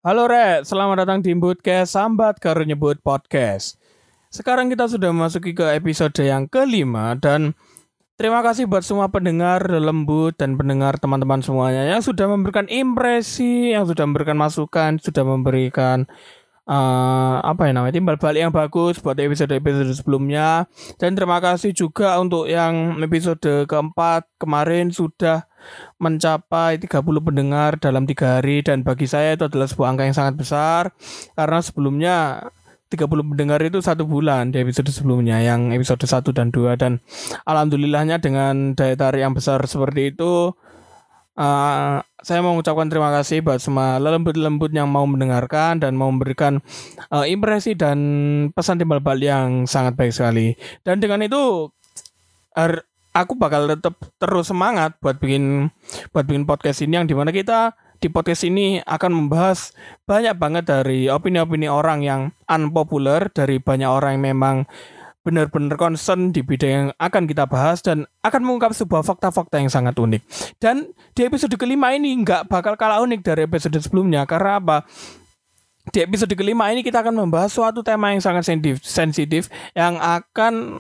Halo Rek, selamat datang di Bootcast Sambat Karo Nyebut Podcast. Sekarang kita sudah memasuki ke episode yang kelima dan terima kasih buat semua pendengar lembut dan pendengar teman-teman semuanya yang sudah memberikan impresi, yang sudah memberikan masukan, sudah memberikan timbal balik yang bagus buat episode-episode sebelumnya. Dan terima kasih juga untuk yang episode keempat kemarin sudah mencapai 30 pendengar dalam 3 hari, dan bagi saya itu adalah sebuah angka yang sangat besar karena sebelumnya 30 pendengar itu 1 bulan di episode sebelumnya yang episode 1 dan 2, dan alhamdulillahnya dengan daya tarik yang besar seperti itu saya mau mengucapkan terima kasih buat semua lembut-lembut yang mau mendengarkan dan mau memberikan impresi dan pesan timbal balik yang sangat baik sekali. Dan dengan itu aku bakal tetap terus semangat buat bikin podcast ini, yang dimana kita di podcast ini akan membahas banyak banget dari opini-opini orang yang unpopular, dari banyak orang yang memang benar-benar concern di bidang yang akan kita bahas, dan akan mengungkap sebuah fakta-fakta yang sangat unik. Dan di episode kelima ini nggak bakal kalah unik dari episode sebelumnya. Karena apa? Di episode kelima ini kita akan membahas suatu tema yang sangat sensitif yang akan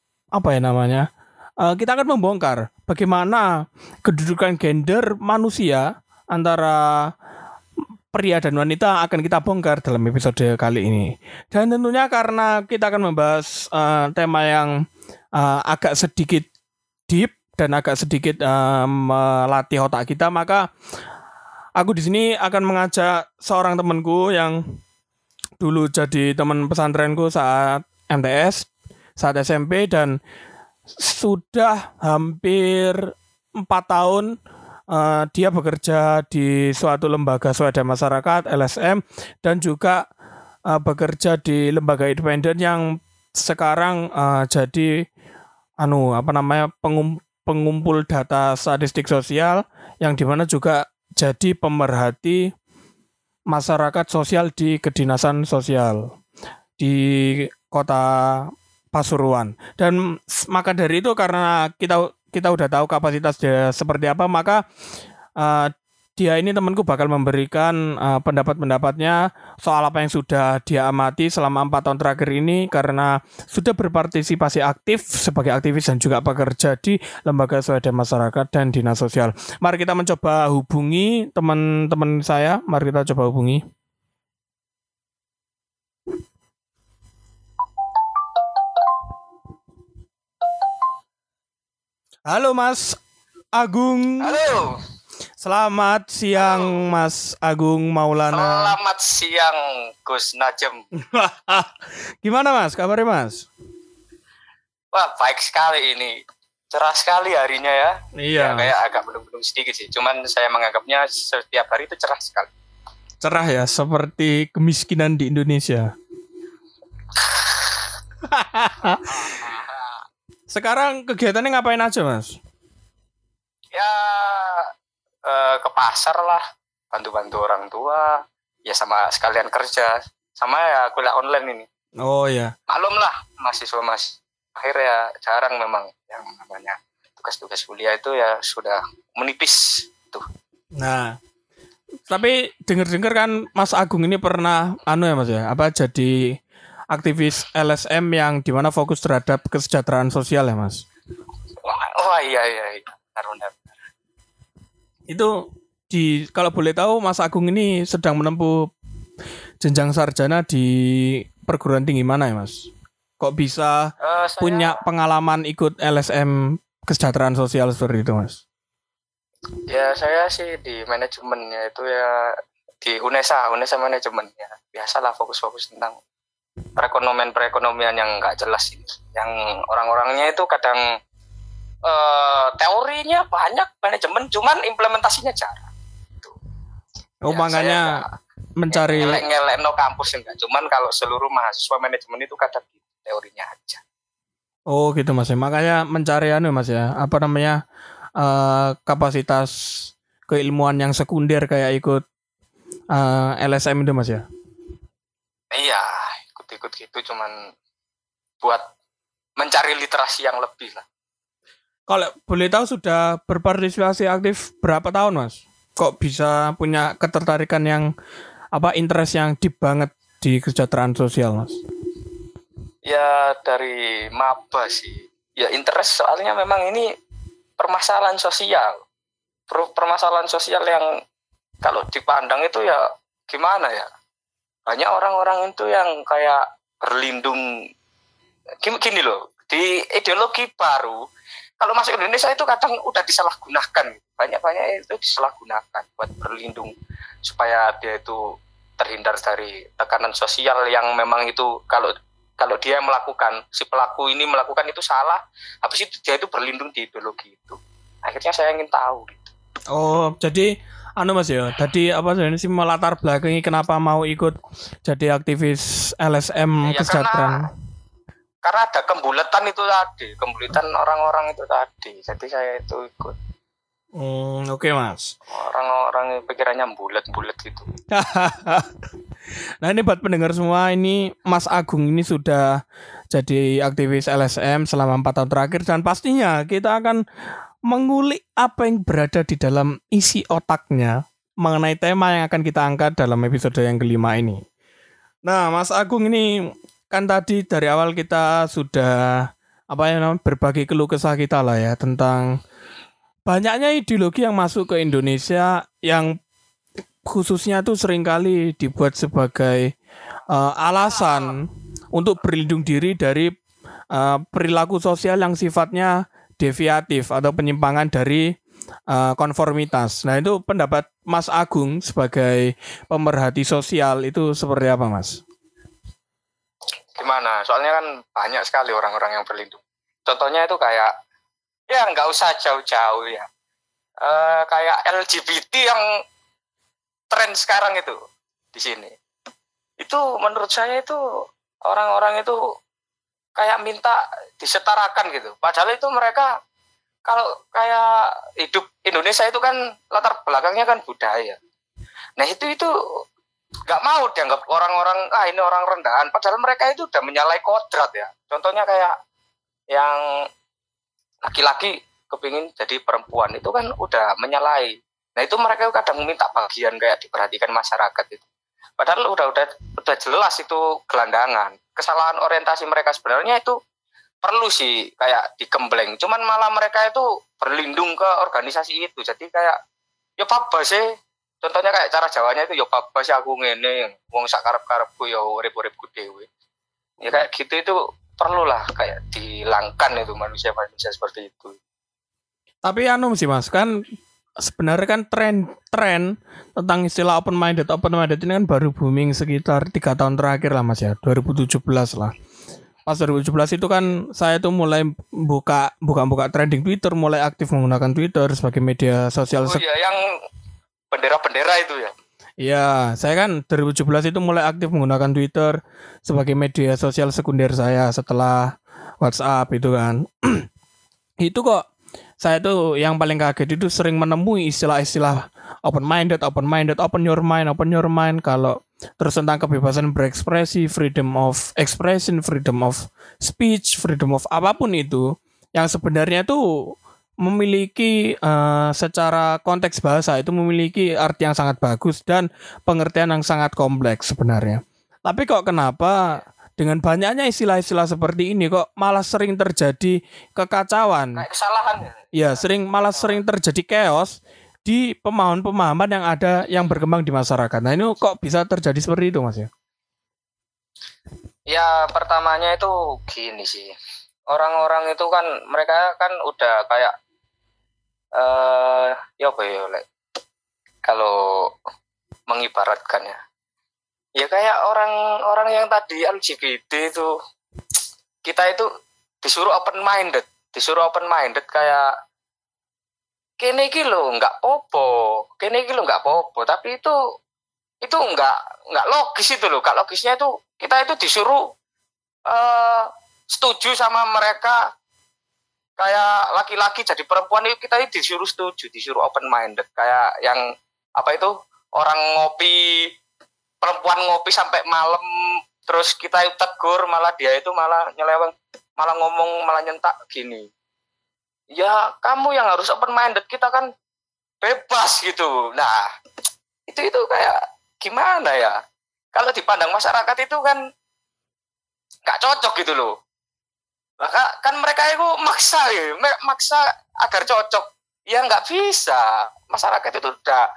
kita akan membongkar bagaimana kedudukan gender manusia antara pria dan wanita akan kita bongkar dalam episode kali ini. Dan tentunya karena kita akan membahas tema yang agak sedikit deep dan agak sedikit melatih otak kita, maka aku di sini akan mengajak seorang temanku yang dulu jadi teman pesantrenku saat MTS, saat SMP, dan sudah hampir 4 tahun dia bekerja di suatu lembaga swadaya masyarakat LSM, dan juga bekerja di lembaga independen yang sekarang jadi pengumpul data statistik sosial, yang dimana juga jadi pemerhati masyarakat sosial di kedinasan sosial di kota Pasuruan. Dan maka dari itu, karena kita udah tahu kapasitas dia seperti apa, maka dia ini temanku bakal memberikan pendapat-pendapatnya soal apa yang sudah dia amati selama 4 tahun terakhir ini, karena sudah berpartisipasi aktif sebagai aktivis dan juga pekerja di lembaga swadaya masyarakat dan dinas sosial. Mari kita mencoba hubungi teman-teman saya. Mari kita coba hubungi. Halo Mas Agung. Halo. Selamat siang. Halo. Mas Agung Maulana. Selamat siang Gus Najem. Gimana Mas? Kabarnya Mas? Wah, baik sekali ini. Cerah sekali harinya ya. Iya. Ya, kayak agak belum sedikit sih. Cuman saya menganggapnya setiap hari itu cerah sekali. Cerah ya, seperti kemiskinan di Indonesia. Sekarang kegiatannya ngapain aja Mas? Ya ke pasar lah, bantu-bantu orang tua, ya sama sekalian kerja, sama ya kuliah online ini. Oh ya. Maklum lah, mahasiswa mas. Akhirnya jarang memang yang namanya tugas-tugas kuliah itu ya sudah menipis tuh. Nah, tapi dengar-dengar kan Mas Agung ini pernah Mas ya, jadi aktivis LSM yang dimana fokus terhadap kesejahteraan sosial ya Mas. Wah iya benar. Itu kalau boleh tahu Mas Agung ini sedang menempuh jenjang sarjana di perguruan tinggi mana ya Mas? Kok bisa punya pengalaman ikut LSM kesejahteraan sosial seperti itu Mas? Ya saya sih di manajemennya itu ya di UNESA manajemen ya. Biasalah fokus tentang perekonomian yang nggak jelas ini, yang orang-orangnya itu kadang teorinya banyak manajemen, cuman implementasinya jarang. Gitu. Oh ya, makanya mencari ngelek no kampus enggak, cuman kalau seluruh mahasiswa manajemen itu kadang teorinya aja. Oh gitu Mas ya, makanya mencari Mas ya, kapasitas keilmuan yang sekunder kayak ikut LSM itu Mas ya. Iya, ikut gitu cuman buat mencari literasi yang lebih lah. Kalau boleh tahu sudah berpartisipasi aktif berapa tahun Mas? Kok bisa punya ketertarikan yang interest yang deep banget di kesejahteraan sosial, Mas? Ya dari maba sih. Ya interest soalnya memang ini permasalahan sosial. Permasalahan sosial yang kalau dipandang itu ya gimana ya? Banyak orang-orang itu yang kayak berlindung gini loh, di ideologi baru kalau masuk Indonesia itu kadang udah disalahgunakan, banyak itu disalahgunakan buat berlindung supaya dia itu terhindar dari tekanan sosial yang memang itu kalau dia melakukan, si pelaku ini melakukan itu salah, habis itu dia itu berlindung di ideologi itu. Akhirnya saya ingin tahu gitu. Oh, jadi Mas ya, tadi apa sih melatar belakangi kenapa mau ikut jadi aktivis LSM Ya, kesejahteraan? Karena ada kembuletan orang-orang itu tadi. Jadi saya itu ikut. Oke, Mas. Orang-orang pikirannya bulat-bulat gitu. Nah, ini buat pendengar semua, ini Mas Agung ini sudah jadi aktivis LSM selama 4 tahun terakhir, dan pastinya kita akan mengulik apa yang berada di dalam isi otaknya mengenai tema yang akan kita angkat dalam episode yang kelima ini. Nah, Mas Agung ini kan tadi dari awal kita sudah berbagi keluh kesah kita lah ya tentang banyaknya ideologi yang masuk ke Indonesia yang khususnya tuh seringkali dibuat sebagai alasan untuk berlindung diri dari perilaku sosial yang sifatnya deviatif atau penyimpangan dari konformitas. Nah, itu pendapat Mas Agung sebagai pemerhati sosial itu seperti apa, Mas? Gimana? Soalnya kan banyak sekali orang-orang yang berlindung. Contohnya itu kayak, ya nggak usah jauh-jauh ya. Kayak LGBT yang tren sekarang itu di sini. Itu menurut saya itu orang-orang itu kayak minta disetarakan gitu. Padahal itu mereka kalau kayak hidup Indonesia itu kan latar belakangnya kan budaya. Nah itu nggak mau dianggap orang-orang ini orang rendahan. Padahal mereka itu udah menyalahi kodrat ya. Contohnya kayak yang laki-laki kepingin jadi perempuan itu kan udah menyalahi. Nah itu mereka kadang minta bagian kayak diperhatikan masyarakat itu. Padahal udah jelas itu gelandangan. Kesalahan orientasi mereka sebenarnya itu perlu sih kayak digembleng. Cuman malah mereka itu berlindung ke organisasi itu. Jadi kayak ya apa sih? Contohnya kayak cara Jawanya itu ya apa sih aku ngene, wong sak karep-karepku ya urip-uripku dhewe. Ya kayak gitu itu perlulah kayak dihilangkan itu manusia-manusia seperti itu. Tapi sih Mas, kan sebenarnya kan tren tentang istilah open minded ini kan baru booming sekitar 3 tahun terakhir lah Mas ya, 2017 lah. Pas 2017 itu kan saya tuh mulai buka trending Twitter, mulai aktif menggunakan Twitter sebagai media sosial. Oh iya, yang bendera-bendera itu ya. Iya, saya kan 2017 itu mulai aktif menggunakan Twitter sebagai media sosial sekunder saya setelah WhatsApp itu kan. Itu kok saya tuh yang paling kaget itu sering menemui istilah-istilah open your mind kalau terus tentang kebebasan berekspresi, freedom of expression, freedom of speech, freedom of apapun itu yang sebenarnya tuh memiliki secara konteks bahasa itu memiliki arti yang sangat bagus dan pengertian yang sangat kompleks sebenarnya. Tapi kok kenapa dengan banyaknya istilah-istilah seperti ini kok malah sering terjadi kekacauan? Kayak kesalahan ya. Malah sering terjadi chaos di pemahaman-pemahaman yang ada yang berkembang di masyarakat. Nah, ini kok bisa terjadi seperti itu, Mas ya? Ya, pertamanya itu gini sih. Orang-orang itu kan mereka kan udah kayak kalau mengibaratkan ya kayak orang-orang yang tadi LGBT itu kita itu disuruh open minded kayak kene iki lho nggak popo tapi itu nggak logis itu loh. Kak logisnya itu kita itu disuruh setuju sama mereka. Kayak laki-laki jadi perempuan itu kita disuruh setuju, disuruh open minded. Kayak yang orang perempuan ngopi sampai malam, terus kita tegur, malah dia itu malah nyeleweng, malah ngomong, malah nyentak gini. Ya kamu yang harus open minded, kita kan bebas gitu. Nah itu kayak gimana ya? Kalau dipandang masyarakat itu kan nggak cocok gitu loh. Maka kan mereka itu maksa agar cocok. Ya nggak bisa. Masyarakat itu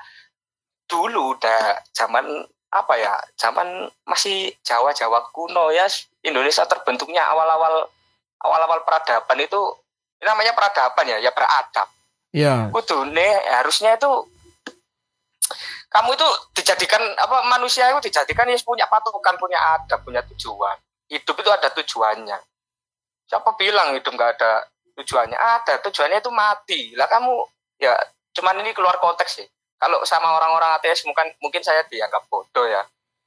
udah zaman apa ya? Zaman masih Jawa kuno ya. Indonesia terbentuknya awal-awal peradaban itu namanya peradaban ya beradab. Iya. Kudune harusnya itu kamu itu dijadikan manusia itu dijadikan ya punya patokan, punya adab, punya tujuan. Hidup itu ada tujuannya. Siapa bilang hidup nggak ada tujuannya? Ada, tujuannya itu mati. Lah kamu ya cuman ini keluar konteks sih. Kalau sama orang-orang ateis mungkin saya dianggap bodoh ya.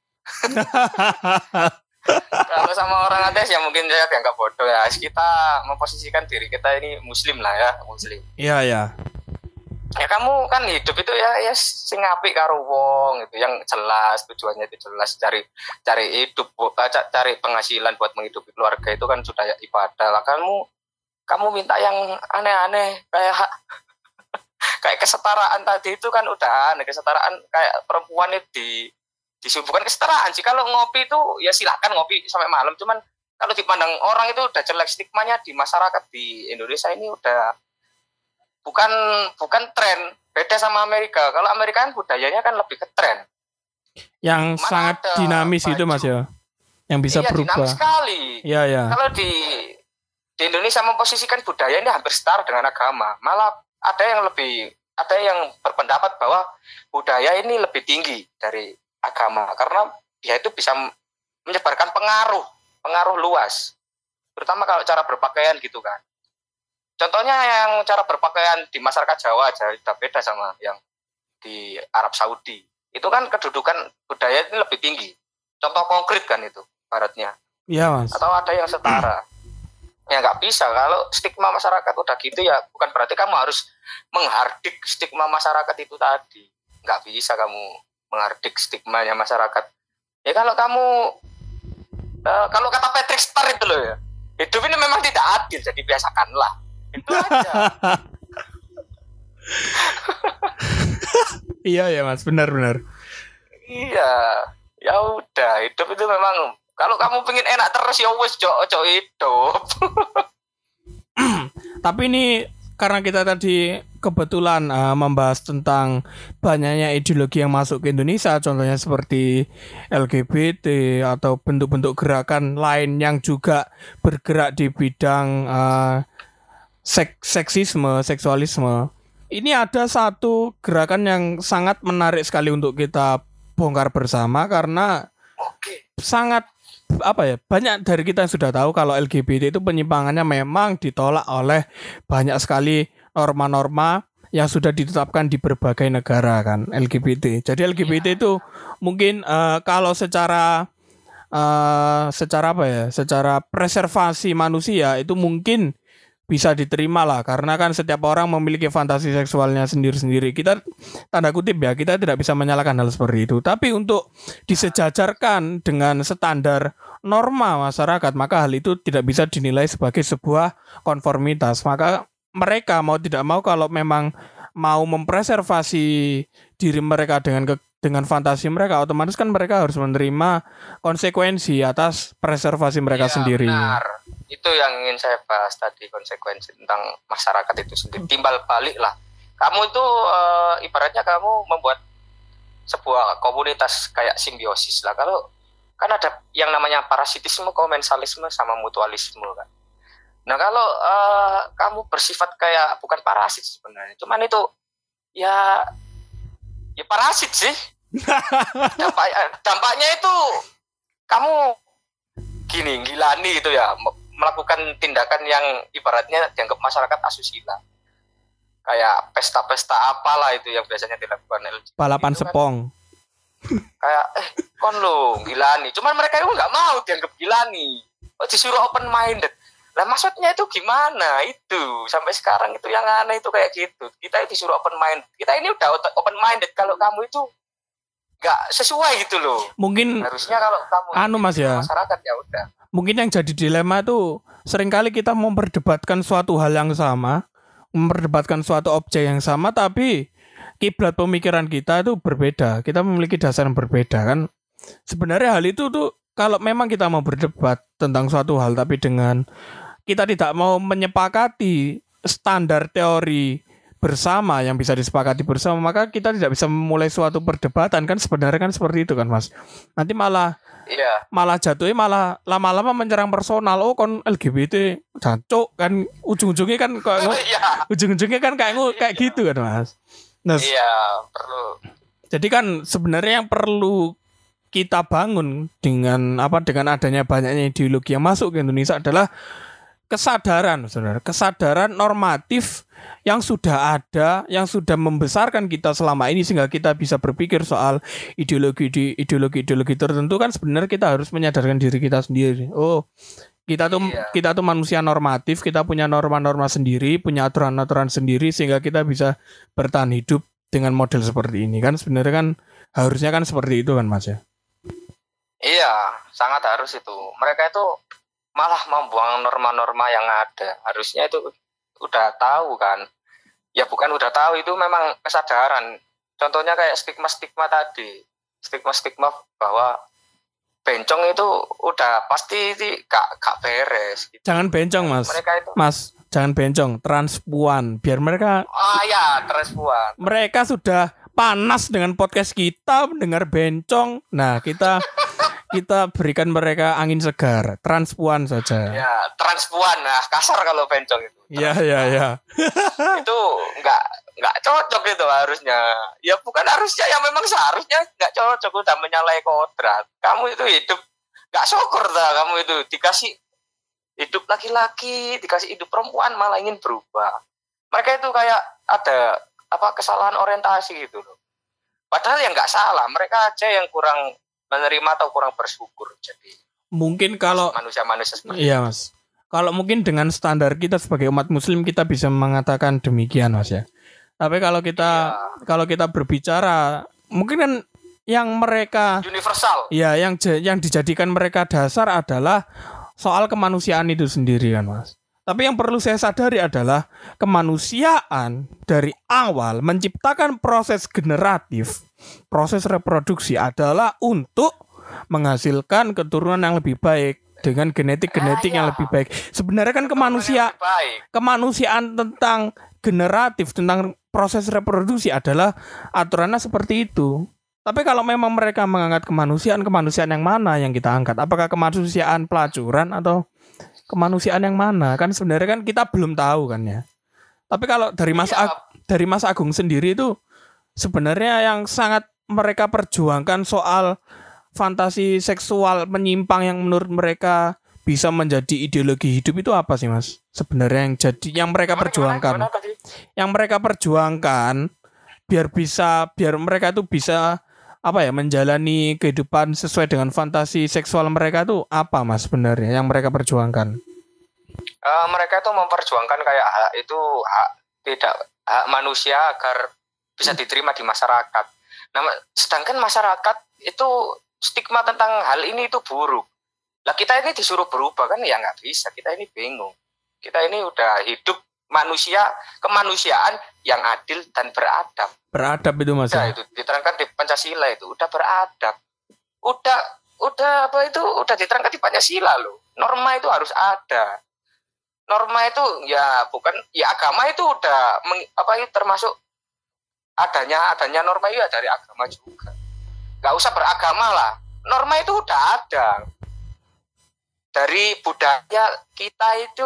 Kalau sama orang ateis ya mungkin saya dianggap bodoh ya. Kita memposisikan diri kita ini muslim lah ya, muslim. Iya, ya. Ya kamu kan hidup itu ya sing apik karo wong itu yang jelas, tujuannya itu jelas, cari hidup, cari penghasilan buat menghidupi keluarga itu kan sudah ibadah lah. Kamu minta yang aneh-aneh kayak kesetaraan tadi itu kan udah aneh. Kesetaraan kayak perempuan itu disuguhkan kesetaraan sih. Kalau ngopi itu ya silakan ngopi sampai malam, cuman kalau dipandang orang itu udah jelek. Stigmanya di masyarakat di Indonesia ini udah bukan tren. Beda sama Amerika. Kalau Amerika kan budayanya kan lebih ke tren. Yang sangat dinamis itu Mas ya. Yang bisa berubah. Dinamis sekali. Iya. Kalau di Indonesia memposisikan budaya ini hampir setara dengan agama. Malah ada yang berpendapat bahwa budaya ini lebih tinggi dari agama karena dia itu bisa menyebarkan pengaruh luas. Terutama kalau cara berpakaian gitu kan. Contohnya yang cara berpakaian di masyarakat Jawa aja sudah beda sama yang di Arab Saudi. Itu kan kedudukan budaya ini lebih tinggi. Contoh konkret kan itu baratnya. Iya Mas. Atau ada yang setara. Ya nggak bisa. Kalau stigma masyarakat udah gitu ya bukan berarti kamu harus menghardik stigma masyarakat itu tadi. Nggak bisa kamu menghardik stigmanya masyarakat. Ya kalau kata Patrick Star itu loh ya. Hidup ini memang tidak adil, jadi biasakanlah. Itu aja. Iya ya Mas, benar. Iya, ya udah, hidup itu memang kalau kamu pengen enak terus ya wes ojo hidup. Tapi ini karena kita tadi kebetulan membahas tentang banyaknya ideologi yang masuk ke Indonesia, contohnya seperti LGBT atau bentuk-bentuk gerakan lain yang juga bergerak di bidang seksisme, seksualisme. Ini ada satu gerakan yang sangat menarik sekali untuk kita bongkar bersama karena sangat banyak dari kita yang sudah tahu kalau LGBT itu penyimpangannya memang ditolak oleh banyak sekali norma-norma yang sudah ditetapkan di berbagai negara kan LGBT. Jadi LGBT itu mungkin kalau secara preservasi manusia itu mungkin bisa diterima lah karena kan setiap orang memiliki fantasi seksualnya sendiri-sendiri. Kita tanda kutip ya, kita tidak bisa menyalahkan hal seperti itu. Tapi untuk disejajarkan dengan standar norma masyarakat, maka hal itu tidak bisa dinilai sebagai sebuah konformitas. Maka mereka mau tidak mau kalau memang mau mempreservasi diri mereka dengan fantasi mereka, otomatis kan mereka harus menerima konsekuensi atas preservasi mereka sendiri. Benar. Itu yang ingin saya bahas tadi, konsekuensi tentang masyarakat itu sendiri. Timbal balik lah. Kamu itu ibaratnya kamu membuat sebuah komunitas kayak simbiosis lah. Kalau kan ada yang namanya parasitisme, komensalisme, sama mutualisme kan. Nah kalau kamu bersifat kayak bukan parasit sebenarnya, cuman itu ya parasit sih. Dampaknya itu kamu gilani gitu ya, melakukan tindakan yang ibaratnya dianggap masyarakat asusila. Kayak pesta-pesta apalah itu yang biasanya dilakukan LGBT. Balapan sepong. Kayak kon lo gilani. Cuman mereka itu nggak mau dianggap gilani. Disuruh open minded. Lah maksudnya itu gimana itu? Sampai sekarang itu yang aneh itu kayak gitu. Kita disuruh open minded. Kita ini udah open minded. Kalau kamu itu nggak sesuai gitu loh. Mungkin harusnya kalau kamu Mas ya. Masyarakat ya udah. Mungkin yang jadi dilema tuh seringkali kita memperdebatkan suatu hal yang sama, memperdebatkan suatu objek yang sama, tapi kiblat pemikiran kita itu berbeda. Kita memiliki dasar yang berbeda kan. Sebenarnya hal itu tuh kalau memang kita mau berdebat tentang suatu hal tapi dengan kita tidak mau menyepakati standar teori bersama yang bisa disepakati bersama, maka kita tidak bisa memulai suatu perdebatan kan, sebenarnya kan seperti itu kan Mas. Nanti malah jatuhnya malah lama-lama menyerang personal. Oh kon LGBT jancuk kan, ujung-ujungnya kan ujung-ujungnya kan kayak gitu kan Mas. Nah, perlu. Jadi kan sebenarnya yang perlu kita bangun dengan adanya banyaknya ideologi yang masuk ke Indonesia adalah kesadaran normatif yang sudah ada, yang sudah membesarkan kita selama ini sehingga kita bisa berpikir soal ideologi tertentu kan. Sebenarnya kita harus menyadarkan diri kita sendiri. Oh, kita tuh manusia normatif, kita punya norma-norma sendiri, punya aturan-aturan sendiri sehingga kita bisa bertahan hidup dengan model seperti ini kan. Sebenarnya kan harusnya kan seperti itu kan Mas ya. Iya, sangat harus itu. Mereka itu malah membuang norma-norma yang ada. Harusnya itu udah tahu kan. Ya bukan udah tahu, itu memang kesadaran. Contohnya kayak stigma-stigma tadi. Stigma-stigma bahwa bencong itu udah pasti gak beres gitu. Jangan bencong Mas. Mas, jangan bencong, transpuan. Biar mereka transpuan. Mereka sudah panas dengan podcast kita mendengar bencong. Nah, kita berikan mereka angin segar, transpuan saja. Ya, transpuan. Nah, kasar kalau bencong itu. Iya. Itu enggak cocok itu harusnya. Ya bukan harusnya, ya memang seharusnya enggak cocok, udah menyalahi kodrat. Kamu itu hidup enggak syukur dah, kamu itu dikasih hidup laki-laki, dikasih hidup perempuan malah ingin berubah. Mereka itu kayak ada kesalahan orientasi gitu loh. Padahal yang enggak salah, mereka aja yang kurang menerima atau kurang bersyukur. Jadi mungkin kalau manusia seperti iya Mas, kalau mungkin dengan standar kita sebagai umat muslim kita bisa mengatakan demikian Mas ya. Tapi kalau kita berbicara mungkin kan yang mereka universal. Iya, yang dijadikan mereka dasar adalah soal kemanusiaan itu sendiri kan Mas. Tapi yang perlu saya sadari adalah kemanusiaan dari awal menciptakan proses generatif, proses reproduksi adalah untuk menghasilkan keturunan yang lebih baik dengan genetik yang lebih baik. Sebenarnya kan kemanusiaan tentang generatif, tentang proses reproduksi adalah aturannya seperti itu. Tapi kalau memang mereka mengangkat kemanusiaan yang mana yang kita angkat? Apakah kemanusiaan pelacuran atau kemanusiaan yang mana? Kan sebenarnya kan kita belum tahu kan ya. Tapi kalau dari Mas Agung sendiri itu sebenarnya yang sangat mereka perjuangkan soal fantasi seksual menyimpang yang menurut mereka bisa menjadi ideologi hidup itu apa sih Mas? Sebenarnya yang mereka perjuangkan. Yang mereka perjuangkan biar mereka itu bisa menjalani kehidupan sesuai dengan fantasi seksual mereka tuh apa Mas sebenarnya yang mereka perjuangkan? Mereka itu memperjuangkan kayak hak manusia agar bisa diterima di masyarakat. Nah, sedangkan masyarakat itu stigma tentang hal ini itu buruk. Lah kita ini disuruh berubah kan ya nggak bisa. Kita ini bingung. Kita ini udah hidup kemanusiaan yang adil dan beradab. Beradab itu Mas. Ya, itu diterangkan di Pancasila itu udah beradab. Udah diterangkan di Pancasila loh. Norma itu harus ada. Norma itu ya bukan ya agama itu udah termasuk adanya norma itu dari agama juga. Gak usah beragama lah. Norma itu udah ada. Dari budaya kita itu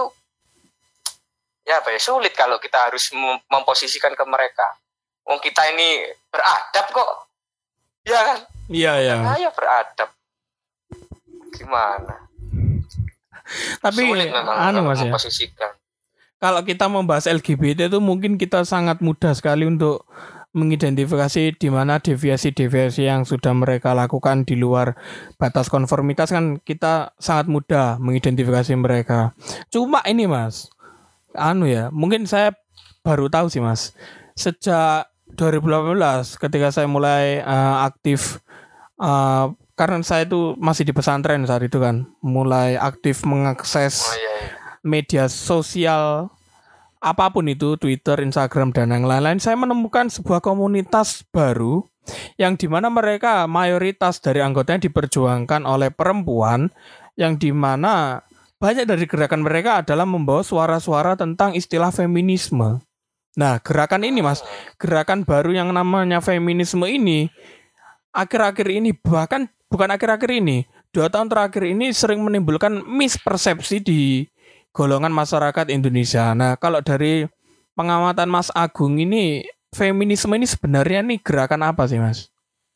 sulit kalau kita harus memposisikan ke mereka. Wong kita ini beradab kok. Ya kan? Iya. Ya beradab. Gimana? Tapi sulit memang Mas memposisikan. Kalau kita membahas LGBT itu mungkin kita sangat mudah sekali untuk mengidentifikasi di mana deviasi-deviasi yang sudah mereka lakukan di luar batas konformitas kan kita sangat mudah mengidentifikasi mereka. Cuma ini Mas, mungkin saya baru tahu sih Mas. Sejak 2018 ketika saya mulai aktif karena saya itu masih di pesantren saat itu kan, mulai aktif mengakses media sosial apapun itu, Twitter, Instagram, dan yang lain-lain, saya menemukan sebuah komunitas baru yang dimana mereka mayoritas dari anggotanya diperjuangkan oleh perempuan, yang dimana banyak dari gerakan mereka adalah membawa suara-suara tentang istilah feminisme. Nah, gerakan ini Mas, gerakan baru yang namanya feminisme ini, akhir-akhir ini, bahkan bukan akhir-akhir ini, 2 tahun terakhir ini sering menimbulkan mispersepsi di golongan masyarakat Indonesia. Nah, kalau dari pengamatan Mas Agung ini, feminisme ini sebenarnya nih gerakan apa sih Mas?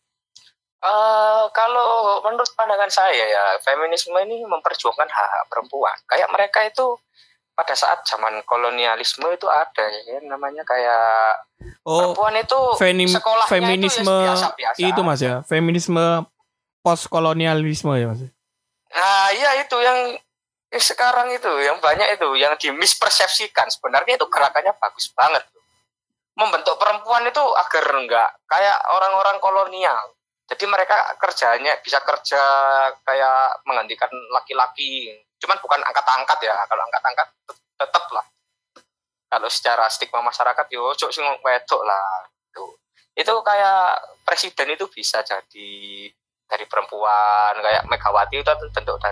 Kalau menurut pandangan saya ya, feminisme ini memperjuangkan hak-hak perempuan. Kayak mereka itu pada saat zaman kolonialisme itu ada ya, namanya kayak perempuan itu sekolahnya feminisme itu ya biasa-biasa. Itu Mas ya, feminisme post kolonialisme ya Mas. Nah, iya itu yang sekarang itu, yang banyak itu, yang dimispersepsikan. Sebenarnya itu gerakannya bagus banget. Membentuk perempuan itu agar enggak kayak orang-orang kolonial. Jadi mereka kerjanya bisa kerja kayak menggantikan laki-laki. Cuman bukan angkat-angkat ya. Kalau angkat-angkat tetap lah. Kalau secara stigma masyarakat yo cok sing wedok lah. Itu kayak presiden itu bisa jadi dari perempuan, kayak Megawati itu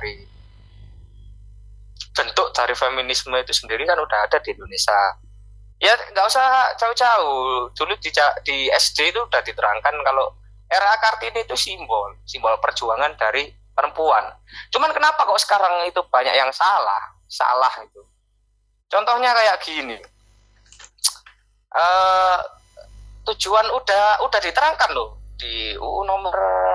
bentuk dari feminisme itu sendiri kan udah ada di Indonesia. Ya nggak usah jauh-jauh. Dulu di SD itu udah diterangkan kalau RA Kartini itu simbol perjuangan dari perempuan. Cuman kenapa kok sekarang itu banyak yang salah itu. Contohnya kayak gini, tujuan udah diterangkan loh di UU nomor,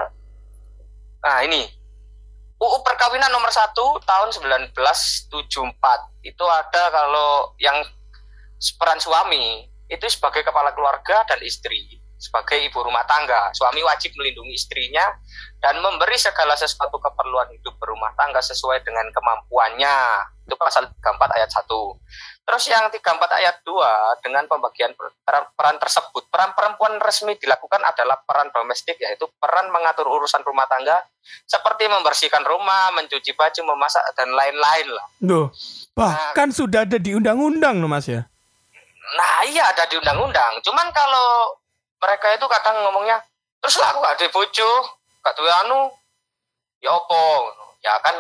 nah ini UU Perkawinan nomor 1 tahun 1974 itu ada kalau yang peran suami itu sebagai kepala keluarga dan istri. Sebagai ibu rumah tangga, suami wajib melindungi istrinya dan memberi segala sesuatu keperluan hidup berumah tangga sesuai dengan kemampuannya. Itu pasal 34 ayat 1. Terus yang 34 ayat 2, dengan pembagian peran tersebut, peran perempuan resmi dilakukan adalah peran domestik, yaitu peran mengatur urusan rumah tangga seperti membersihkan rumah, mencuci baju, memasak, dan lain-lain lah. Duh, bahkan sudah ada di undang-undang loh Mas ya? Nah iya, ada di undang-undang. Cuman kalau mereka itu kadang ngomongnya, terus lah aku gak ada bojo, gak duwe anu, ya opo, ya kan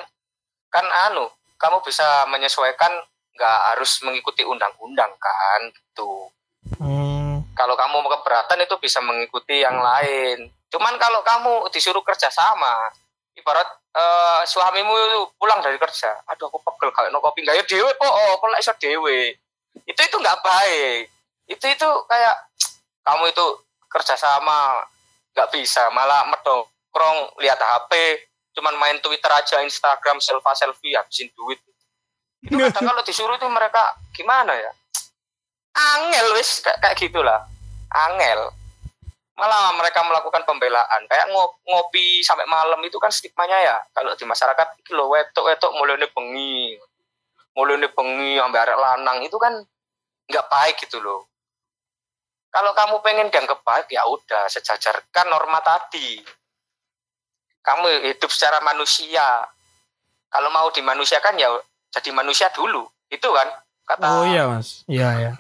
kamu bisa menyesuaikan, gak harus mengikuti undang-undang kan, gitu. Kalau kamu mau keberatan itu bisa mengikuti yang lain. Cuman kalau kamu disuruh kerja sama, ibarat suamimu itu pulang dari kerja, aduh aku pegel kalau no kopi, gak ya dewe kok lah iso dewe. Itu nggak baik. Itu kayak kamu itu kerja sama nggak bisa, malah medongkrong lihat HP, cuman main Twitter aja, Instagram, selfie habisin duit. Itu kadang kalau disuruh tuh mereka gimana ya? Angel wis kayak gitulah. Angel. Malah mereka melakukan pembelaan kayak ngopi sampai malam, itu kan stigmanya ya. Kalau di masyarakat iki lho wetok mulane bengi sampai arek lanang, itu kan nggak baik gitu loh. Kalau kamu pengen dianggap baik, ya udah sejajarkan norma tadi. Kamu hidup secara manusia. Kalau mau dimanusiakan ya jadi manusia dulu. Itu kan kata. Oh iya Mas. Iya.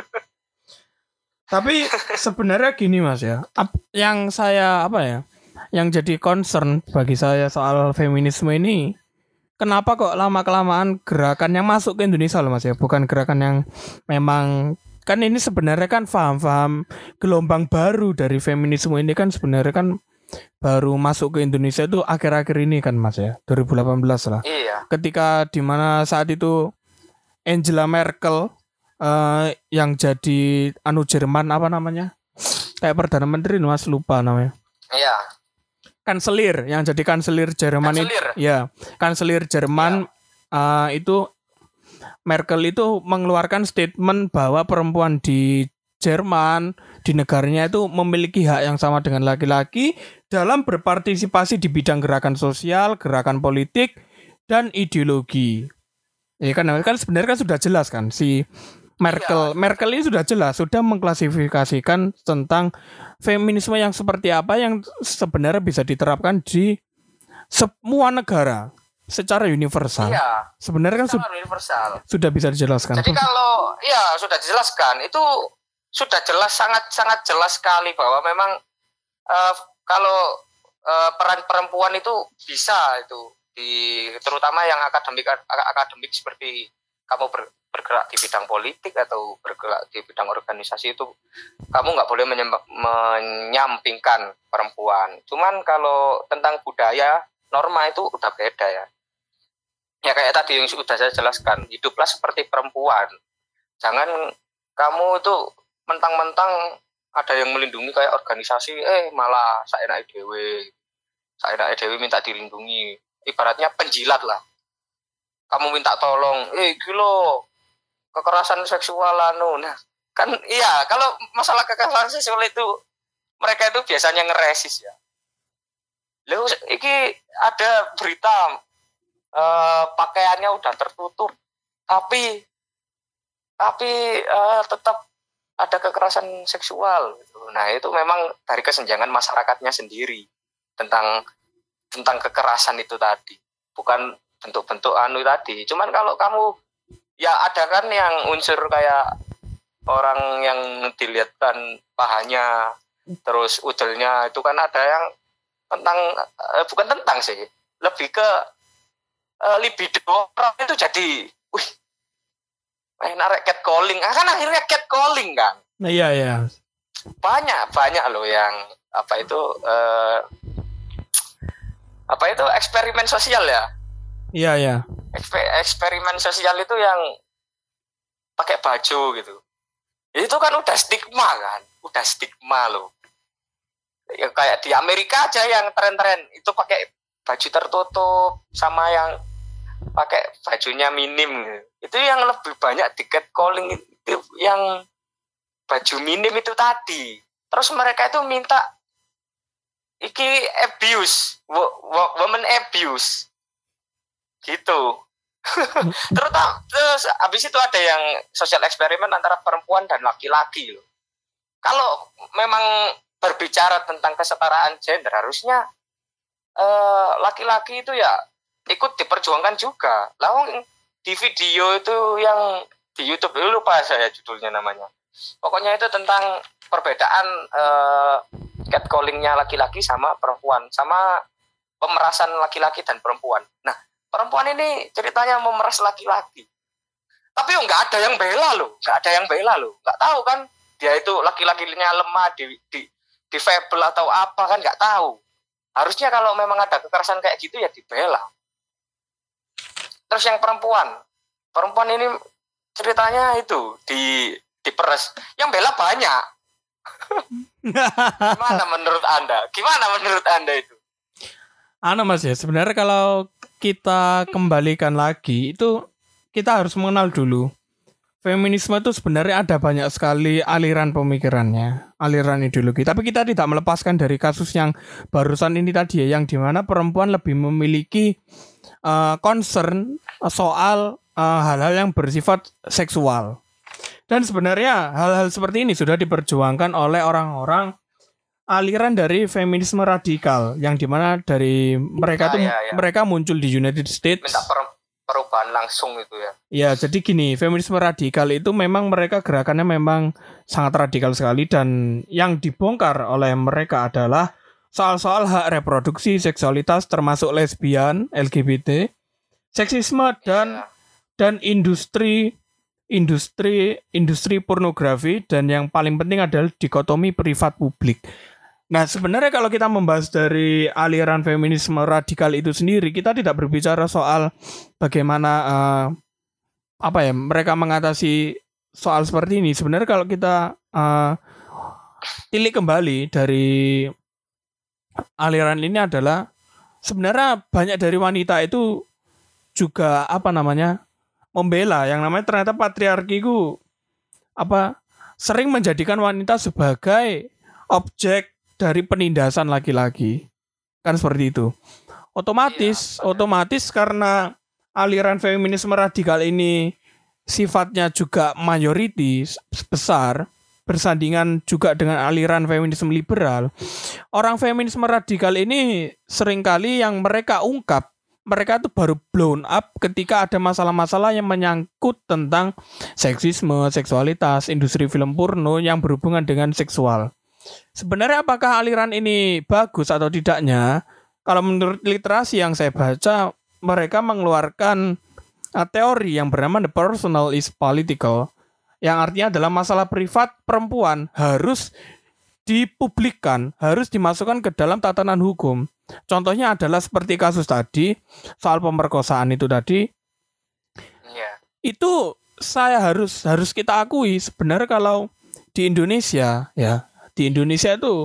Tapi sebenarnya gini Mas ya. Yang jadi concern bagi saya soal feminisme ini, kenapa kok lama-kelamaan gerakan yang masuk ke Indonesia loh Mas ya, bukan gerakan yang memang, kan ini sebenarnya kan faham gelombang baru dari feminisme ini kan sebenarnya kan baru masuk ke Indonesia itu akhir-akhir ini kan Mas ya, 2018 lah. Iya. Ketika dimana saat itu Angela Merkel yang jadi Jerman apa namanya, kayak perdana menteri Mas, lupa namanya. Iya. Kanselir, yang jadi kanselir Jerman itu, ya kanselir Jerman itu Merkel itu mengeluarkan statement bahwa perempuan di Jerman, di negaranya itu memiliki hak yang sama dengan laki-laki dalam berpartisipasi di bidang gerakan sosial, gerakan politik, dan ideologi. Ya kan sebenarnya kan sudah jelas kan si Merkel ini sudah jelas, sudah mengklasifikasikan tentang feminisme yang seperti apa yang sebenarnya bisa diterapkan di semua negara. secara universal. Iya, Sebenarnya kan secara universal. sudah bisa dijelaskan. Jadi kalau ya sudah dijelaskan itu sudah jelas sangat jelas sekali bahwa memang kalau peran perempuan itu bisa itu terutama yang akademik seperti kamu bergerak di bidang politik atau bergerak di bidang organisasi itu kamu nggak boleh menyampingkan perempuan. Cuman kalau tentang budaya norma itu udah beda ya. Ya kayak tadi yang sudah saya jelaskan, hiduplah seperti perempuan. Jangan kamu itu mentang-mentang ada yang melindungi kayak organisasi, malah saya naik dewe minta dilindungi. Ibaratnya penjilat lah. Kamu minta tolong, gilo kekerasan seksual nah kan iya kalau masalah kekerasan seksual itu mereka itu biasanya ngeresis ya. Lalu ini ada berita pakaiannya udah tertutup tapi tetap ada kekerasan seksual. Nah itu memang dari kesenjangan masyarakatnya sendiri tentang kekerasan itu tadi, bukan bentuk-bentuk tadi. Cuman kalau kamu ya ada kan yang unsur kayak orang yang dilihatkan pahanya terus udelnya itu kan ada yang bukan tentang sih, lebih ke libido orang itu jadi narik catcalling, kan akhirnya catcalling kan. Nah, iya. Banyak loh yang apa itu eksperimen sosial ya. Iya. Eksperimen sosial itu yang pakai baju gitu. Itu kan udah stigma loh. Ya kayak di Amerika aja yang tren-tren itu pakai baju tertutup sama yang pakai bajunya minim gitu. Itu yang lebih banyak di catcalling itu yang baju minim itu tadi. Terus mereka itu minta iki abuse, woman abuse. Gitu. Terus habis itu ada yang sosial eksperimen antara perempuan dan laki-laki loh. Kalau memang berbicara tentang kesetaraan gender harusnya laki-laki itu ya ikut diperjuangkan juga. Lalu di video itu yang di YouTube dulu lupa saya judulnya namanya. Pokoknya itu tentang perbedaan catcallingnya laki-laki sama perempuan, sama pemerasan laki-laki dan perempuan. Nah, perempuan ini ceritanya memeras laki-laki. Tapi nggak ada yang bela loh. Nggak tahu kan dia itu laki-lakinya lemah, di fable atau apa kan nggak tahu. Harusnya kalau memang ada kekerasan kayak gitu ya dibela. Terus yang perempuan ini ceritanya itu diperes. Yang bela banyak. Gimana menurut Anda itu? Mas ya, sebenarnya kalau kita kembalikan lagi itu kita harus mengenal dulu. Feminisme itu sebenarnya ada banyak sekali aliran pemikirannya, aliran ideologi. Tapi kita tidak melepaskan dari kasus yang barusan ini tadi ya, yang dimana perempuan lebih memiliki concern soal hal-hal yang bersifat seksual. Dan sebenarnya hal-hal seperti ini sudah diperjuangkan oleh orang-orang aliran dari feminisme radikal, yang dimana dari mereka mereka muncul di United States. Minta perubahan langsung itu ya. Ya, jadi gini, feminisme radikal itu memang mereka gerakannya memang sangat radikal sekali, dan yang dibongkar oleh mereka adalah soal-soal hak reproduksi, seksualitas termasuk lesbian, LGBT, seksisme dan industri pornografi, dan yang paling penting adalah dikotomi privat publik. Nah, sebenarnya kalau kita membahas dari aliran feminisme radikal itu sendiri, kita tidak berbicara soal bagaimana mereka mengatasi soal seperti ini. Sebenarnya kalau kita tilik kembali dari aliran ini adalah sebenarnya banyak dari wanita itu juga membela yang namanya ternyata patriarki itu sering menjadikan wanita sebagai objek dari penindasan laki-laki. Kan seperti itu. Otomatis karena aliran feminisme radikal ini sifatnya juga mayoritas besar, bersandingan juga dengan aliran feminisme liberal. Orang feminisme radikal ini seringkali yang mereka ungkap mereka tuh baru blown up ketika ada masalah-masalah yang menyangkut tentang seksisme, seksualitas, industri film porno yang berhubungan dengan seksual. Sebenarnya apakah aliran ini bagus atau tidaknya? Kalau menurut literasi yang saya baca, mereka mengeluarkan teori yang bernama the personal is political, yang artinya adalah masalah privat perempuan harus dipublikkan, harus dimasukkan ke dalam tatanan hukum. Contohnya adalah seperti kasus tadi, soal pemerkosaan itu tadi. Iya. Itu saya harus kita akui sebenarnya kalau di Indonesia ya, di Indonesia itu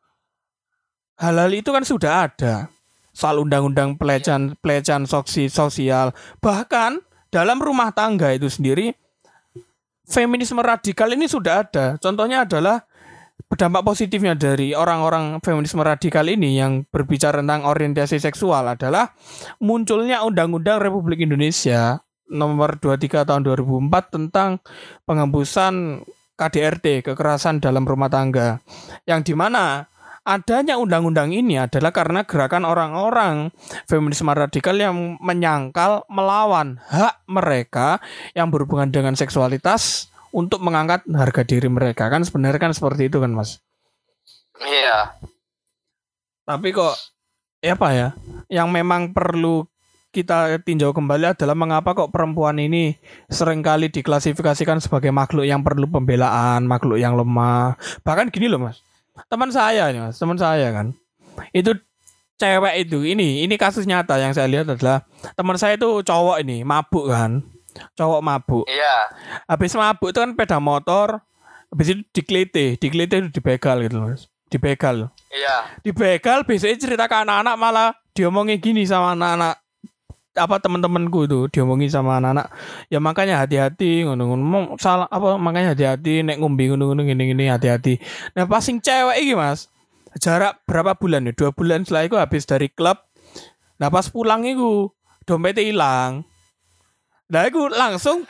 hal-hal itu kan sudah ada. Soal undang-undang pelecehan sosial, bahkan dalam rumah tangga itu sendiri feminisme radikal ini sudah ada. Contohnya adalah berdampak positifnya dari orang-orang feminisme radikal ini yang berbicara tentang orientasi seksual adalah munculnya Undang-Undang Republik Indonesia nomor 23 tahun 2004 tentang penghapusan KDRT, kekerasan dalam rumah tangga, yang dimana adanya undang-undang ini adalah karena gerakan orang-orang feminisme radikal yang menyangkal melawan hak mereka yang berhubungan dengan seksualitas untuk mengangkat harga diri mereka. Kan sebenarnya kan seperti itu kan, Mas? Iya. Tapi kok apa ya, yang memang perlu kita tinjau kembali adalah mengapa kok perempuan ini seringkali diklasifikasikan sebagai makhluk yang perlu pembelaan, makhluk yang lemah. Bahkan gini loh, Mas. Teman saya kan. Itu cewek itu, ini kasus nyata yang saya lihat adalah teman saya itu cowok ini, mabuk kan. Cowok mabuk. Iya. Habis mabuk itu kan sepeda motor, habis itu dikelite itu dibegal gitu, Mas. Dibegal. Iya. Dibegal, besoknya cerita ke anak-anak malah diomongin gini sama anak-anak, apa teman-temanku itu diomongin sama anak-anak, ya makanya hati-hati ngono-ngono, salah apa, makanya hati-hati nek ngombe ngono-ngono gini-gini, hati-hati. Nah pas sing cewek iki, Mas, jarak berapa bulan ya, 2 bulan setelah itu habis dari klub, nah pas pulang itu dompetnya hilang. Nah itu langsung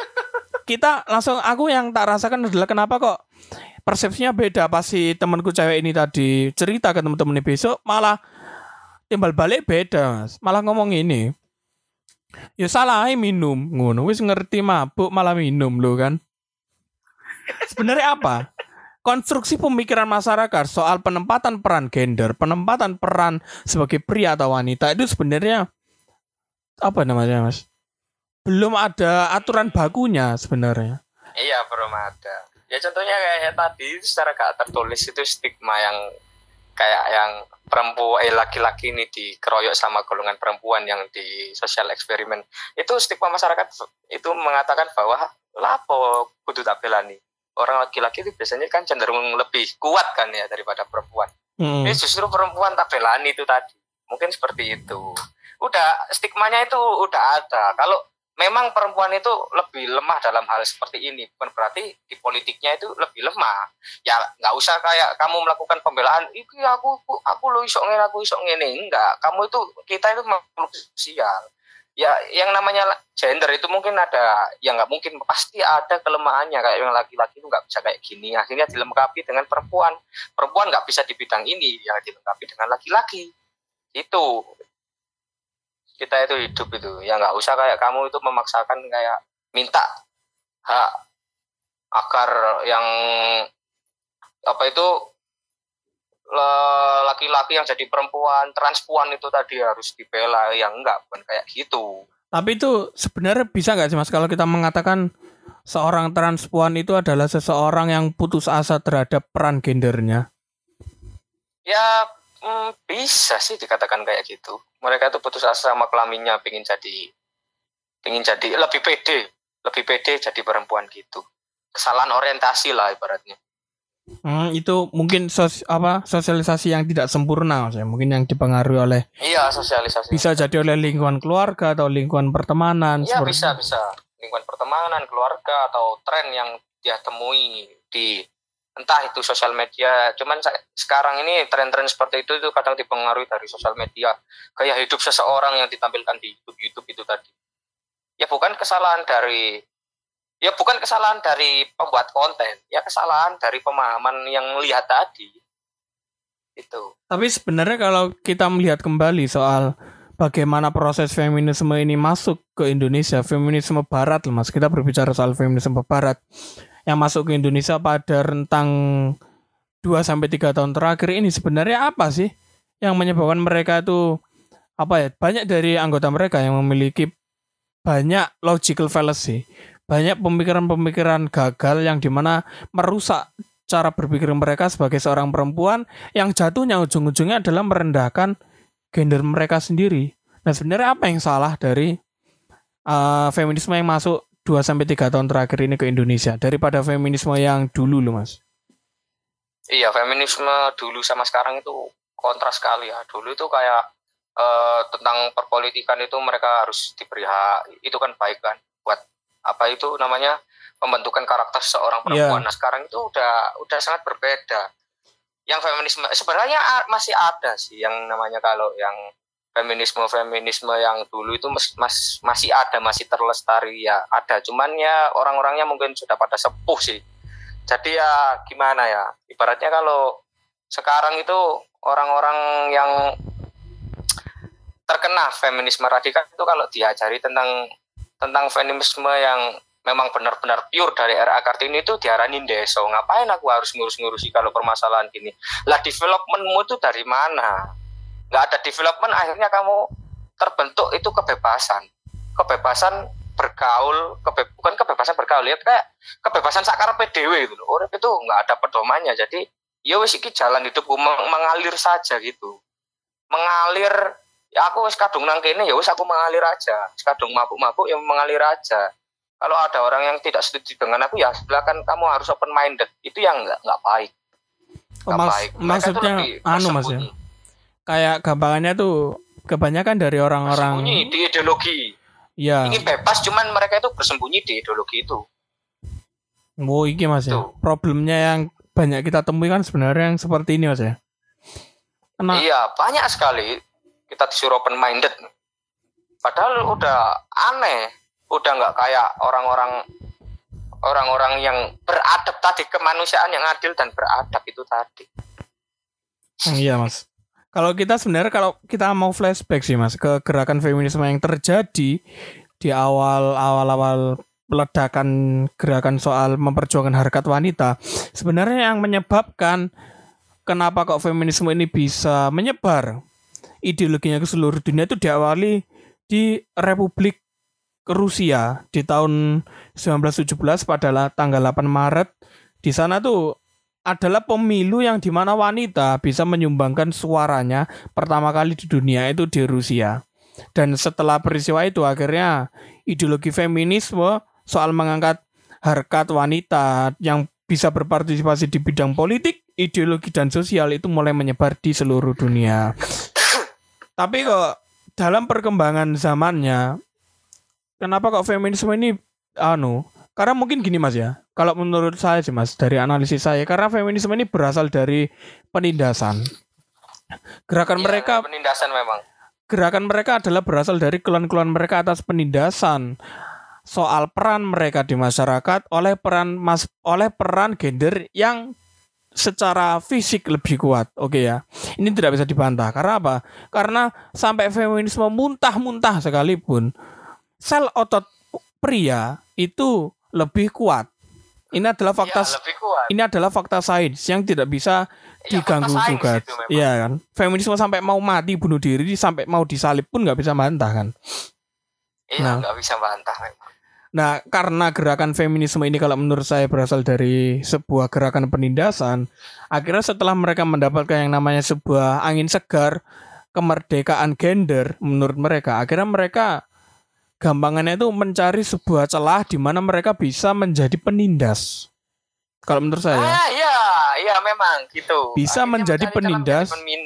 aku yang tak rasakan adalah kenapa kok persepsinya beda pas si temanku cewek ini tadi cerita ke teman-temannya, besok malah timbal balik beda, Mas, malah ngomong ini, ya salah minum ngono, wis ngerti mabuk malah minum lo kan. Sebenarnya apa? Konstruksi pemikiran masyarakat soal penempatan peran gender, penempatan peran sebagai pria atau wanita itu sebenarnya apa namanya, Mas? Belum ada aturan bakunya sebenarnya. Iya, belum ada. Ya contohnya kayak tadi secara gak tertulis itu stigma yang kayak yang perempuan laki-laki ini dikeroyok sama golongan perempuan yang di sosial eksperimen. Itu stigma masyarakat itu mengatakan bahwa lapo kudu tak belani. Orang laki-laki itu biasanya kan cenderung lebih kuat kan ya daripada perempuan. Ini justru perempuan tak belani itu tadi. Mungkin seperti itu. Udah stigmanya itu udah ada. Kalau memang perempuan itu lebih lemah dalam hal seperti ini, bukan berarti di politiknya itu lebih lemah. Ya nggak usah kayak kamu melakukan pembelaan, iki aku lo isok ngene, enggak. Kamu itu, kita itu makhluk sosial. Ya yang namanya gender itu mungkin ada, yang nggak mungkin, pasti ada kelemahannya. Kayak yang laki-laki itu nggak bisa kayak gini, akhirnya dilengkapi dengan perempuan. Perempuan nggak bisa di bidang ini, yang dilengkapi dengan laki-laki. Itu kita itu hidup itu, ya nggak usah kayak kamu itu memaksakan kayak minta hak agar yang apa itu laki-laki yang jadi perempuan, transpuan itu tadi harus dibela, yang enggak, bukan kayak gitu. Tapi itu sebenarnya bisa nggak sih, Mas, kalau kita mengatakan seorang transpuan itu adalah seseorang yang putus asa terhadap peran gendernya? Ya bisa sih dikatakan kayak gitu. Mereka tuh putus asa sama kelaminnya, pengen jadi lebih pede jadi perempuan gitu. Kesalahan orientasi lah ibaratnya. Itu mungkin sosialisasi yang tidak sempurna, Mas, ya. Mungkin yang dipengaruhi oleh, iya, sosialisasi. Bisa jadi oleh lingkungan keluarga atau lingkungan pertemanan. Iya, bisa lingkungan pertemanan, keluarga, atau tren yang dia temui di entah itu sosial media. Cuman sekarang ini tren-tren seperti itu kadang dipengaruhi dari sosial media, gaya hidup seseorang yang ditampilkan di YouTube itu tadi. Ya bukan kesalahan dari pembuat konten, ya kesalahan dari pemahaman yang lihat tadi. Itu. Tapi sebenarnya kalau kita melihat kembali soal bagaimana proses feminisme ini masuk ke Indonesia, feminisme barat loh Mas. Kita berbicara soal feminisme barat yang masuk ke Indonesia pada rentang 2-3 tahun terakhir ini sebenarnya apa sih yang menyebabkan mereka itu banyak dari anggota mereka yang memiliki banyak logical fallacy, banyak pemikiran-pemikiran gagal yang dimana merusak cara berpikir mereka sebagai seorang perempuan yang jatuhnya ujung-ujungnya adalah merendahkan gender mereka sendiri. Nah sebenarnya apa yang salah dari feminisme yang masuk 2-3 tahun terakhir ini ke Indonesia daripada feminisme yang dulu loh Mas? Iya, feminisme dulu sama sekarang itu kontras sekali ya. Dulu itu kayak tentang perpolitikan itu mereka harus diberi hak, itu kan baik kan buat pembentukan karakter seorang perempuan. Nah sekarang itu udah sangat berbeda. Yang feminisme sebenarnya masih ada sih yang namanya, kalau yang feminisme yang dulu itu masih ada, masih terlestari ya ada, cuman ya orang-orangnya mungkin sudah pada sepuh sih. Jadi ya gimana ya, ibaratnya kalau sekarang itu orang-orang yang terkena feminisme radikal itu kalau diajari tentang feminisme yang memang benar-benar pure dari era Kartini itu diarahin deso. Ngapain aku harus ngurus-ngurusi kalau permasalahan gini? Lah developmentmu itu dari mana? Nggak ada development, akhirnya kamu terbentuk itu kebebasan bergaul, bukan kebebasan bergaul ya, kayak kebebasan sakarepe dhewe gitu loh. Urip itu nggak ada pedomannya. Jadi ya wis iki jalan hidupku mengalir saja gitu. Mengalir. Ya aku wis kadung nang kene ya wis aku mengalir aja. Kadung mabuk-mabuk ya mengalir aja. Kalau ada orang yang tidak setuju dengan aku ya silakan, kamu harus open minded. Itu yang enggak baik. Baik. Maksudnya Mas ya. Kayak gampangannya tuh kebanyakan dari orang-orang bersembunyi di ideologi. Ya. Ingin bebas cuman mereka itu bersembunyi di ideologi itu. Oh, iki Mas ya. Problemnya yang banyak kita temui kan sebenarnya yang seperti ini Mas ya. Iya, banyak sekali. Kita disuruh open minded, padahal udah aneh, udah nggak kayak orang-orang yang beradab tadi, kemanusiaan yang adil dan beradab itu tadi. Iya Mas, kalau kita mau flashback sih Mas ke gerakan feminisme yang terjadi di awal ledakan gerakan soal memperjuangkan harkat wanita, sebenarnya yang menyebabkan kenapa kok feminisme ini bisa menyebar ideologinya ke seluruh dunia itu diawali di Republik Rusia di tahun 1917 pada tanggal 8 Maret. Di sana tuh adalah pemilu yang dimana wanita bisa menyumbangkan suaranya pertama kali di dunia itu di Rusia. Dan setelah peristiwa itu akhirnya ideologi feminisme soal mengangkat harkat wanita yang bisa berpartisipasi di bidang politik, ideologi dan sosial itu mulai menyebar di seluruh dunia. Tapi kok dalam perkembangan zamannya, kenapa kok feminisme ini karena mungkin gini Mas ya. Kalau menurut saya sih Mas, dari analisis saya, karena feminisme ini berasal dari penindasan. Penindasan memang. Gerakan mereka adalah berasal dari keluhan-keluhan mereka atas penindasan soal peran mereka di masyarakat oleh peran gender yang secara fisik lebih kuat. Oke ya. Ini tidak bisa dibantah. Karena apa? Karena sampai feminisme muntah-muntah sekalipun, sel otot pria itu lebih kuat. Ini adalah fakta. Ini adalah fakta sains yang tidak bisa diganggu gugat. Iya kan? Feminisme sampai mau mati bunuh diri, sampai mau disalib pun nggak bisa bantah kan? Iya, nggak bisa bantah memang. Nah, karena gerakan feminisme ini kalau menurut saya berasal dari sebuah gerakan penindasan, akhirnya setelah mereka mendapatkan yang namanya sebuah angin segar, kemerdekaan gender menurut mereka, akhirnya mereka gampangannya itu mencari sebuah celah di mana mereka bisa menjadi penindas. Kalau menurut saya. Iya memang gitu. Bisa akhirnya menjadi penindas.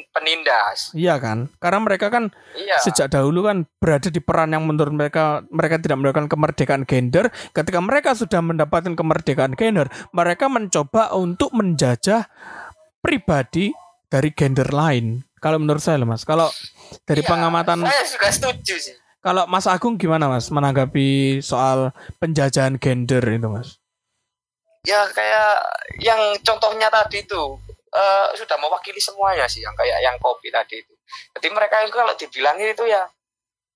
Iya kan? Karena mereka kan sejak dahulu kan berada di peran yang menurut mereka tidak mendapatkan kemerdekaan gender. Ketika mereka sudah mendapatkan kemerdekaan gender, mereka mencoba untuk menjajah pribadi dari gender lain. Kalau menurut saya loh Mas. Kalau dari pengamatan, saya juga setuju sih. Kalau Mas Agung gimana Mas menanggapi soal penjajahan gender itu Mas? Ya kayak yang contohnya tadi itu sudah mewakili semuanya sih, yang kayak yang kopi tadi itu. Jadi mereka itu kalau dibilangin itu ya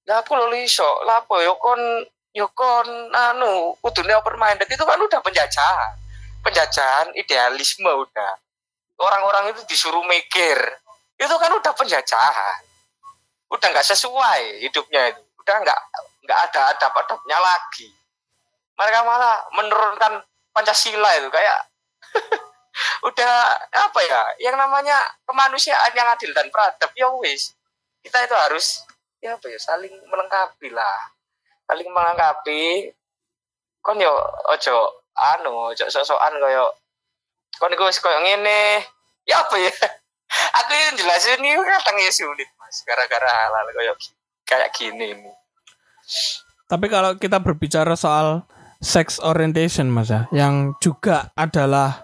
Lah aku lho iso, lah apa yo kon kudune open minded itu kan udah penjajahan. Penjajahan idealisme udah. Orang-orang itu disuruh mikir. Itu kan udah penjajahan. Udah enggak sesuai hidupnya itu. Udah enggak ada adab-adabnya lagi. Mereka malah menurunkan Pancasila itu kayak udah apa ya? Yang namanya kemanusiaan yang adil dan beradab ya wis. Kita itu harus ya apa ya saling melengkapi lah. Saling melengkapi. Kon yo ojo sok-sokan koyo kon iku wis koyo ngene. Ya apa ya? Aku yang jelasin ini kadang ya sulit Mas. Gara-gara hal-hal kayak gini nih. Tapi kalau kita berbicara soal sex orientation Mas ya, yang juga adalah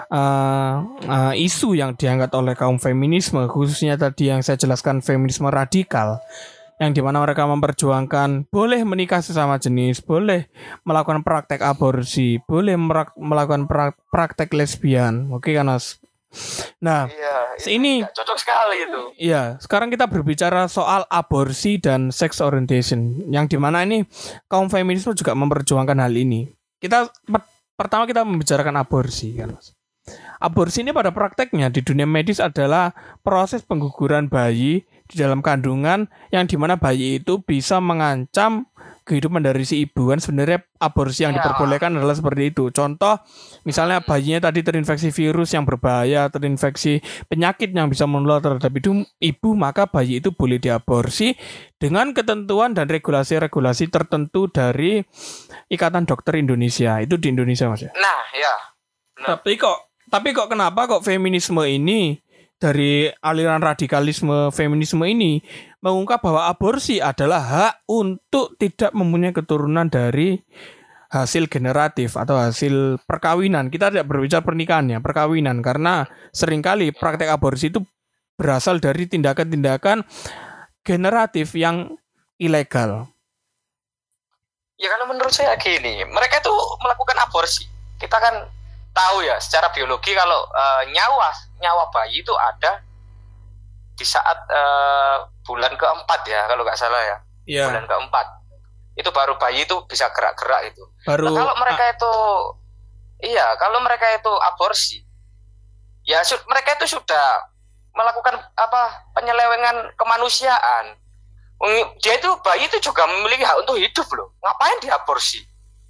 isu yang diangkat oleh kaum feminisme, khususnya tadi yang saya jelaskan feminisme radikal, yang dimana mereka memperjuangkan boleh menikah sesama jenis, boleh melakukan praktek aborsi, boleh melakukan praktek lesbian, oke kan Mas? Nah, ini cocok sekali itu. Iya, sekarang kita berbicara soal aborsi dan sex orientation, yang dimana ini kaum feminisme juga memperjuangkan hal ini. Pertama kita membicarakan aborsi kan Mas. Aborsi ini pada prakteknya di dunia medis adalah proses pengguguran bayi di dalam kandungan yang dimana bayi itu bisa mengancam kehidupan dari si ibu. Kan sebenarnya aborsi yang diperbolehkan adalah seperti itu. Contoh misalnya bayinya tadi terinfeksi virus yang berbahaya, terinfeksi penyakit yang bisa menular terhadap ibu, maka bayi itu boleh diaborsi dengan ketentuan dan regulasi-regulasi tertentu dari Ikatan Dokter Indonesia. Itu di Indonesia Mas ya. Nah, ya. Benar. Tapi kok kenapa kok feminisme ini dari aliran radikalisme feminisme ini mengungkap bahwa aborsi adalah hak untuk tidak mempunyai keturunan dari hasil generatif atau hasil perkawinan. Kita tidak berbicara pernikahan ya, perkawinan, karena seringkali praktek aborsi itu berasal dari tindakan-tindakan generatif yang ilegal. Ya kalau menurut saya gini, mereka itu melakukan aborsi. Kita kan tahu ya secara biologi kalau nyawa bayi itu ada di saat bulan keempat ya kalau nggak salah ya. Yeah. Bulan keempat itu baru bayi itu bisa gerak-gerak itu. Baru. Nah, kalau mereka itu aborsi, ya mereka itu sudah melakukan penyelewengan kemanusiaan. Dia itu bayi itu juga memiliki hak untuk hidup loh. Ngapain diaborsi?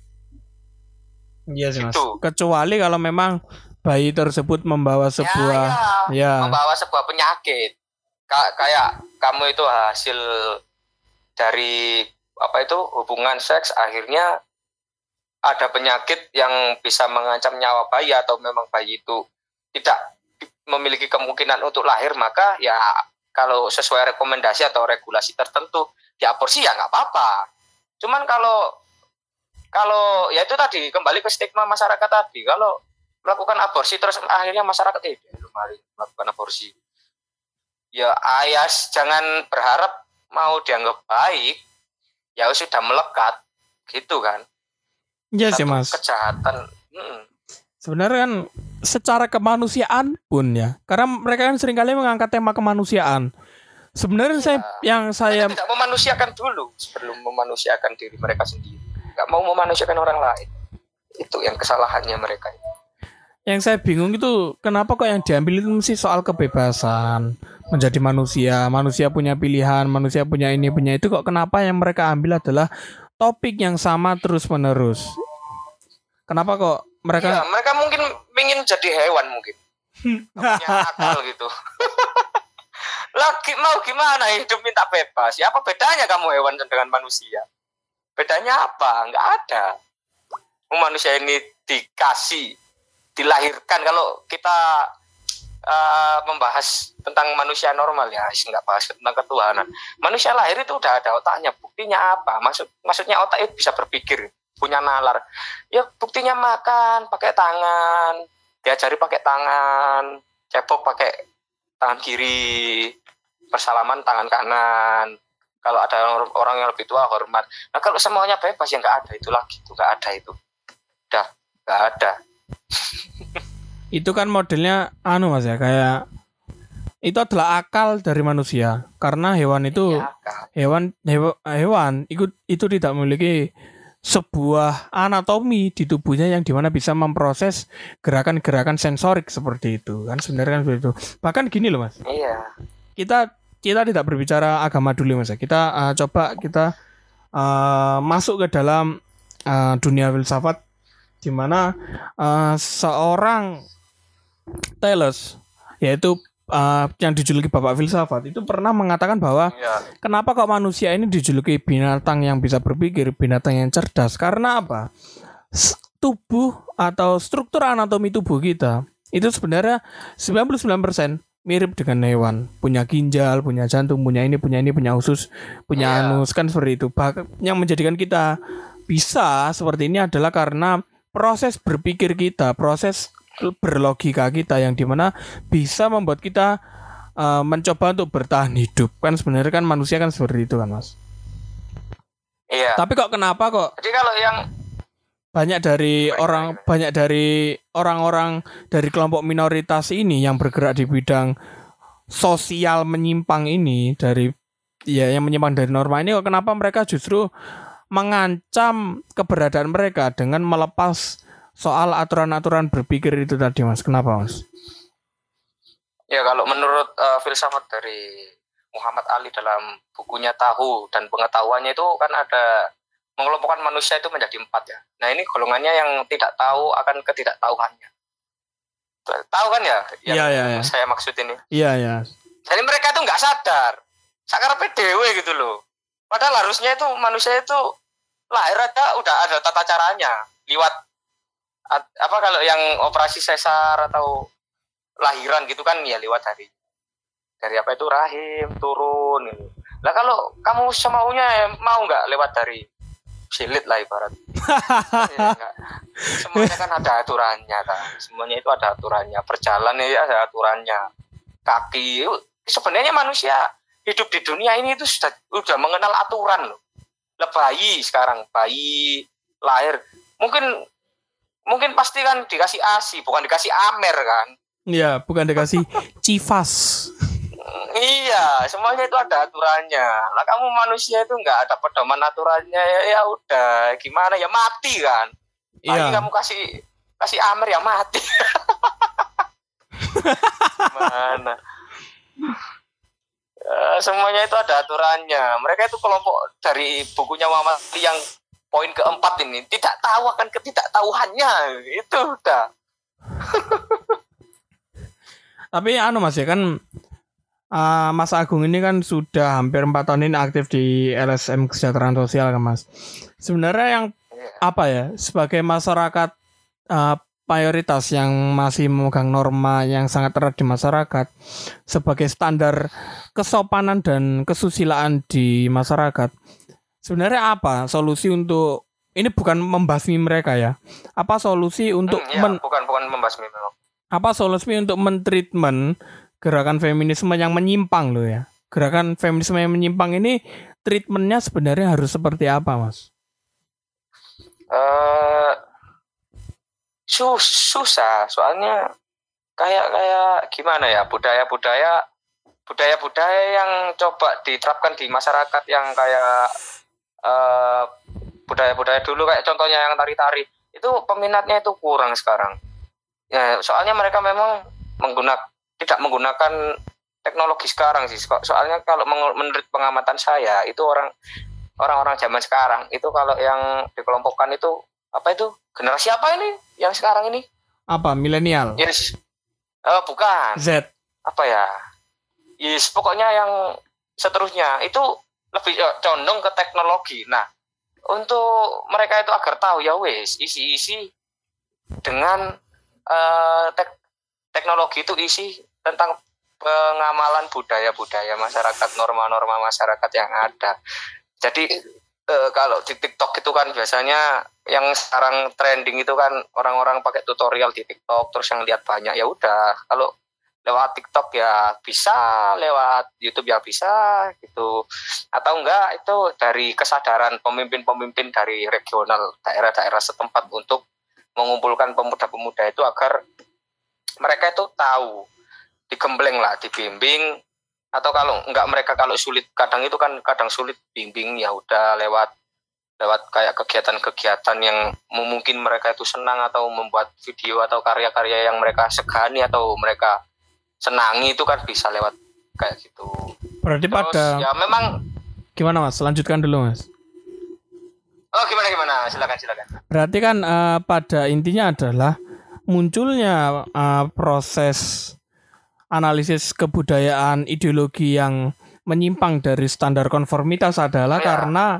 Iya sih Mas. Kecuali kalau memang bayi tersebut membawa membawa sebuah penyakit. Kayak kamu itu hasil dari hubungan seks, akhirnya ada penyakit yang bisa mengancam nyawa bayi atau memang bayi itu tidak memiliki kemungkinan untuk lahir, maka ya kalau sesuai rekomendasi atau regulasi tertentu diaborsi ya nggak apa-apa. Cuman kalau ya itu tadi kembali ke stigma masyarakat tadi, kalau melakukan aborsi terus akhirnya masyarakat melakukan aborsi, ya ayas jangan berharap mau dianggap baik, ya sudah melekat gitu kan. Iya sih Mas. Kejahatan. Sebenarnya kan secara kemanusiaan pun ya, karena mereka kan seringkali mengangkat tema kemanusiaan. Sebenarnya saya tidak memanusiakan dulu sebelum memanusiakan diri mereka sendiri. Gak mau memanusiakan orang lain. Itu yang kesalahannya mereka. Yang saya bingung itu kenapa kok yang diambil itu mesti soal kebebasan menjadi manusia. Manusia punya pilihan, manusia punya ini, punya itu. Kok kenapa yang mereka ambil adalah topik yang sama terus menerus? Kenapa kok mereka? Ya, mereka mungkin ingin jadi hewan mungkin. Punya akal gitu. Lagi mau gimana hidup minta bebas? Ya apa bedanya kamu hewan dengan manusia? Bedanya apa? Enggak ada. Manusia ini dilahirkan. Kalau kita membahas tentang manusia normal ya, enggak bahas tentang ketuhanan. Manusia lahir itu udah ada otaknya. Buktinya apa? Maksudnya otak itu bisa berpikir, punya nalar. Ya buktinya makan pakai tangan, diajari pakai tangan, cebok pakai tangan kiri, bersalaman tangan kanan. Kalau ada orang yang lebih tua hormat. Nah kalau semuanya bebas ya nggak ada itu lagi, itu nggak ada itu. Udah nggak ada. Itu kan modelnya Mas ya, kayak itu adalah akal dari manusia. Karena hewan itu Iya, Kak. hewan itu tidak memiliki sebuah anatomi di tubuhnya yang dimana bisa memproses gerakan-gerakan sensorik seperti itu kan sebenarnya kan seperti itu. Bahkan gini loh Mas, Iya. kita kita tidak berbicara agama dulu Mas. Kita coba kita masuk ke dalam dunia filsafat di mana seorang Thales yaitu yang dijuluki bapak filsafat itu pernah mengatakan bahwa Iya. kenapa kok manusia ini dijuluki binatang yang bisa berpikir, binatang yang cerdas? Karena apa? Tubuh atau struktur anatomi tubuh kita itu sebenarnya 99% mirip dengan hewan. Punya ginjal, punya jantung, punya ini, punya usus, punya Iya. anus, kan seperti itu. Bahkan yang menjadikan kita bisa seperti ini adalah karena proses berpikir kita, proses berlogika kita yang dimana bisa membuat kita mencoba untuk bertahan hidup. Kan sebenarnya kan manusia kan seperti itu kan Mas. Iya. Tapi kok kenapa kok Jadi kalau yang banyak dari orang-orang dari kelompok minoritas ini yang bergerak di bidang sosial menyimpang ini dari ya yang menyimpang dari norma ini kok kenapa mereka justru mengancam keberadaan mereka dengan melepas soal aturan-aturan berpikir itu tadi Mas. Kenapa Mas? ya kalau menurut filsafat dari Muhammad Ali dalam bukunya Tahu dan Pengetahuannya itu kan ada mengelompokkan manusia itu menjadi 4 ya. Nah ini golongannya yang tidak tahu akan ketidaktahuannya. Tahu kan ya? Yang Iya. saya maksud ini. Iya. Jadi mereka itu nggak sadar. Sakarepe dewe gitu loh. Padahal harusnya itu manusia itu lahir aja udah ada tata caranya. Liwat apa kalau yang operasi sesar atau lahiran gitu kan ya lewat dari apa itu rahim turun gitu. Lah kalau kamu semaunya mau nggak lewat dari silit lah ibarat. Ya, semuanya kan ada aturannya kan. Semuanya itu ada aturannya. Perjalanan ya ada aturannya. Kaki sebenarnya manusia hidup di dunia ini itu sudah mengenal aturan loh. Lah bayi sekarang bayi lahir mungkin pasti kan dikasih ASI bukan dikasih Amer kan. Iya, bukan dikasih cifas. Iya, semuanya itu ada aturannya. Lah kamu manusia itu nggak ada pedoman aturannya ya udah gimana ya mati kan. Bayi kamu kasih Amer ya mati. Mana? Semuanya itu ada aturannya. Mereka itu kelompok dari bukunya Muhammad Ali yang poin keempat ini tidak tahu akan ketidaktahuannya itu udah. Tapi Mas ya kan Mas Agung ini kan sudah hampir 4 tahun ini aktif di LSM Kesejahteraan Sosial kan Mas. Sebenarnya yang apa ya sebagai masyarakat mayoritas yang masih memegang norma yang sangat erat di masyarakat sebagai standar kesopanan dan kesusilaan di masyarakat. Sebenarnya apa solusi untuk ini bukan membasmi mereka ya. Apa solusi untuk bukan membasmi memang. Apa solusi untuk mentreatment gerakan feminisme yang menyimpang loh ya. Gerakan feminisme yang menyimpang ini treatmentnya sebenarnya harus seperti apa Mas? Susah soalnya kayak gimana ya budaya-budaya yang coba diterapkan di masyarakat yang kayak budaya-budaya dulu kayak contohnya yang tari-tari itu peminatnya itu kurang sekarang. Ya, soalnya mereka memang tidak menggunakan teknologi sekarang sih. Soalnya kalau menurut pengamatan saya itu orang-orang zaman sekarang itu kalau yang dikelompokkan itu apa itu generasi apa ini yang sekarang ini? Apa milenial? Yes. Bukan. Z. Apa ya? Yes, pokoknya yang seterusnya itu lebih condong ke teknologi. Nah, untuk mereka itu agar tahu ya wes isi dengan teknologi itu isi tentang pengamalan budaya-budaya masyarakat, norma-norma masyarakat yang ada. Jadi kalau di TikTok itu kan biasanya yang sekarang trending itu kan orang-orang pakai tutorial di TikTok terus yang lihat banyak ya udah. Kalau lewat TikTok ya bisa, lewat YouTube ya bisa gitu. Atau enggak itu dari kesadaran pemimpin-pemimpin dari regional daerah-daerah setempat untuk mengumpulkan pemuda-pemuda itu agar mereka itu tahu digembleng lah, dibimbing, atau kalau enggak mereka kalau sulit, kadang sulit bimbing, ya udah lewat kayak kegiatan-kegiatan yang mungkin mereka itu senang, atau membuat video atau karya-karya yang mereka segani atau mereka senangi, itu kan bisa lewat kayak gitu. Berarti terus, pada ya memang gimana Mas? Lanjutkan dulu Mas. Oh gimana? Silakan. Berarti kan pada intinya adalah munculnya proses analisis kebudayaan ideologi yang menyimpang dari standar konformitas adalah karena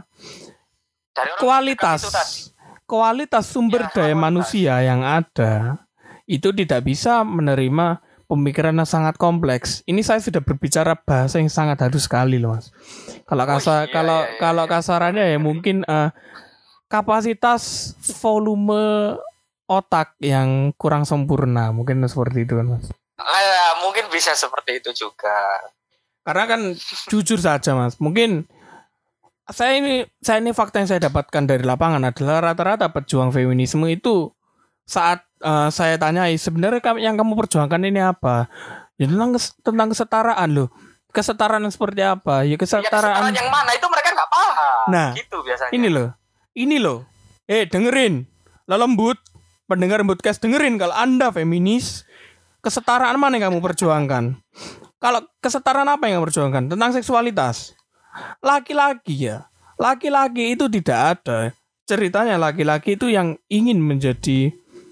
kualitas sumber daya manusia yang ada itu tidak bisa menerima pemikiran yang sangat kompleks. Ini saya sudah berbicara bahasa yang sangat halus sekali loh Mas. Kalau kasarannya ya mungkin kapasitas volume otak yang kurang sempurna, mungkin seperti itu kan Mas. Mungkin bisa seperti itu juga. Karena kan jujur saja Mas, mungkin saya ini fakta yang saya dapatkan dari lapangan adalah rata-rata pejuang feminisme itu saat saya tanyai sebenarnya yang kamu perjuangkan ini apa? Ya tentang kesetaraan loh. Kesetaraan yang seperti apa? Ya kesetaraan yang mana itu mereka nggak paham. Nah, gitu biasanya. Ini loh. Dengerin. Lembut, pendengar podcast dengerin, kalau Anda feminis, kesetaraan mana yang kamu perjuangkan? Kalau kesetaraan apa yang kamu perjuangkan? Tentang seksualitas. Laki-laki itu tidak ada. Ceritanya laki-laki itu yang ingin menjadi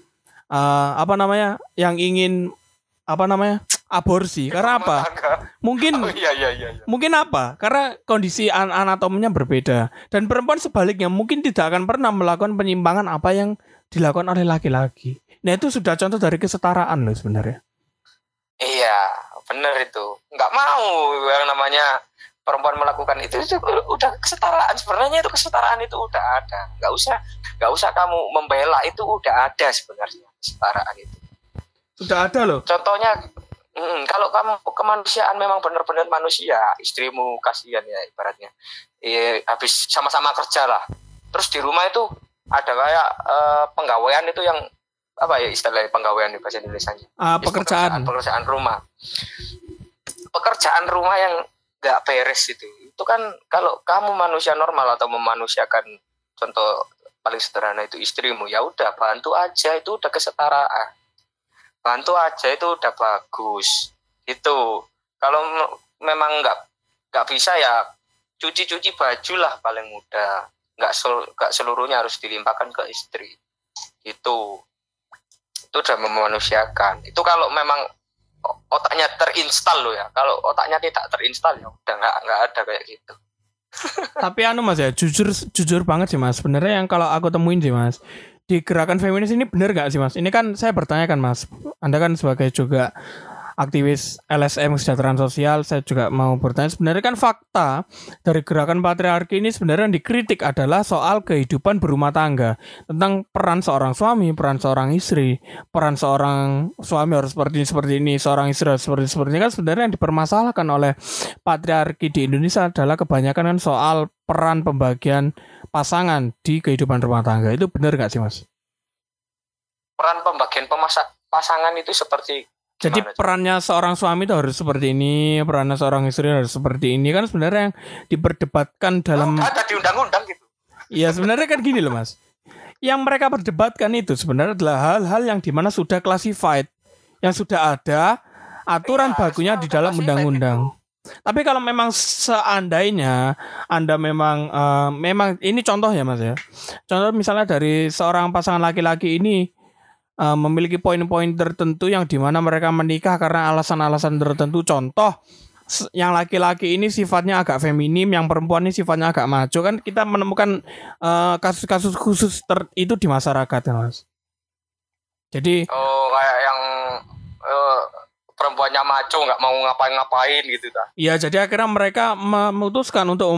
yang ingin aborsi. Karena apa? Mungkin apa? Karena kondisi anatominya berbeda. Dan perempuan sebaliknya mungkin tidak akan pernah melakukan penyimpangan apa yang dilakukan oleh laki-laki. Nah itu sudah contoh dari kesetaraan loh sebenarnya. Iya, benar itu. Nggak mau yang namanya perempuan melakukan itu udah kesetaraan. Sebenarnya itu kesetaraan itu udah ada. Nggak usah kamu membela, itu udah ada sebenarnya kesetaraan itu. Sudah ada loh. Contohnya, kalau kamu kemanusiaan memang benar-benar manusia, istrimu kasihan ya ibaratnya. Habis sama-sama kerja lah. Terus di rumah itu ada kayak penggawaian itu yang apa ya istilahnya penggawaian di bahasa Indonesianya? Pekerjaan rumah. Pekerjaan rumah yang nggak beres itu kan kalau kamu manusia normal atau memanusiakan, contoh paling sederhana itu istrimu, ya udah bantu aja, itu udah kesetaraan. Bantu aja itu udah bagus. Itu kalau memang nggak bisa ya cuci baju lah paling mudah. Nggak seluruhnya harus dilimpahkan ke istri. Itu udah memanusiakan. Itu kalau memang otaknya terinstal loh ya. Kalau otaknya tidak terinstal ya udah nggak ada kayak gitu. Tapi Mas ya, jujur banget sih Mas. Sebenarnya yang kalau aku temuin sih Mas, di gerakan feminis ini benar gak sih Mas? Ini kan saya bertanya kan Mas, Anda kan sebagai juga aktivis LSM kesejahteraan sosial, saya juga mau bertanya sebenarnya kan fakta dari gerakan patriarki ini sebenarnya yang dikritik adalah soal kehidupan berumah tangga, tentang peran seorang suami, peran seorang istri, peran seorang suami harus seperti ini, seorang istri harus seperti ini kan sebenarnya yang dipermasalahkan oleh patriarki di Indonesia adalah kebanyakan kan soal peran pembagian pasangan di kehidupan rumah tangga. Itu benar gak sih Mas? Peran pembagian pasangan itu seperti jadi perannya seorang suami itu harus seperti ini, perannya seorang istri harus seperti ini kan sebenarnya yang diperdebatkan dalam ada di undang-undang gitu. Iya sebenarnya kan gini loh Mas. Yang mereka perdebatkan itu sebenarnya adalah hal-hal yang dimana sudah classified, yang sudah ada aturan bakunya di dalam undang-undang. Tapi kalau memang seandainya Anda memang ini contoh ya Mas ya. Contoh misalnya dari seorang pasangan laki-laki ini memiliki poin-poin tertentu yang dimana mereka menikah karena alasan-alasan tertentu. Contoh, yang laki-laki ini sifatnya agak feminim, yang perempuan ini sifatnya agak macho. Kan kita menemukan kasus-kasus khusus itu di masyarakat ya Mas. Jadi kayak yang perempuannya macho nggak mau ngapain-ngapain gitu dah. Iya, jadi akhirnya mereka memutuskan untuk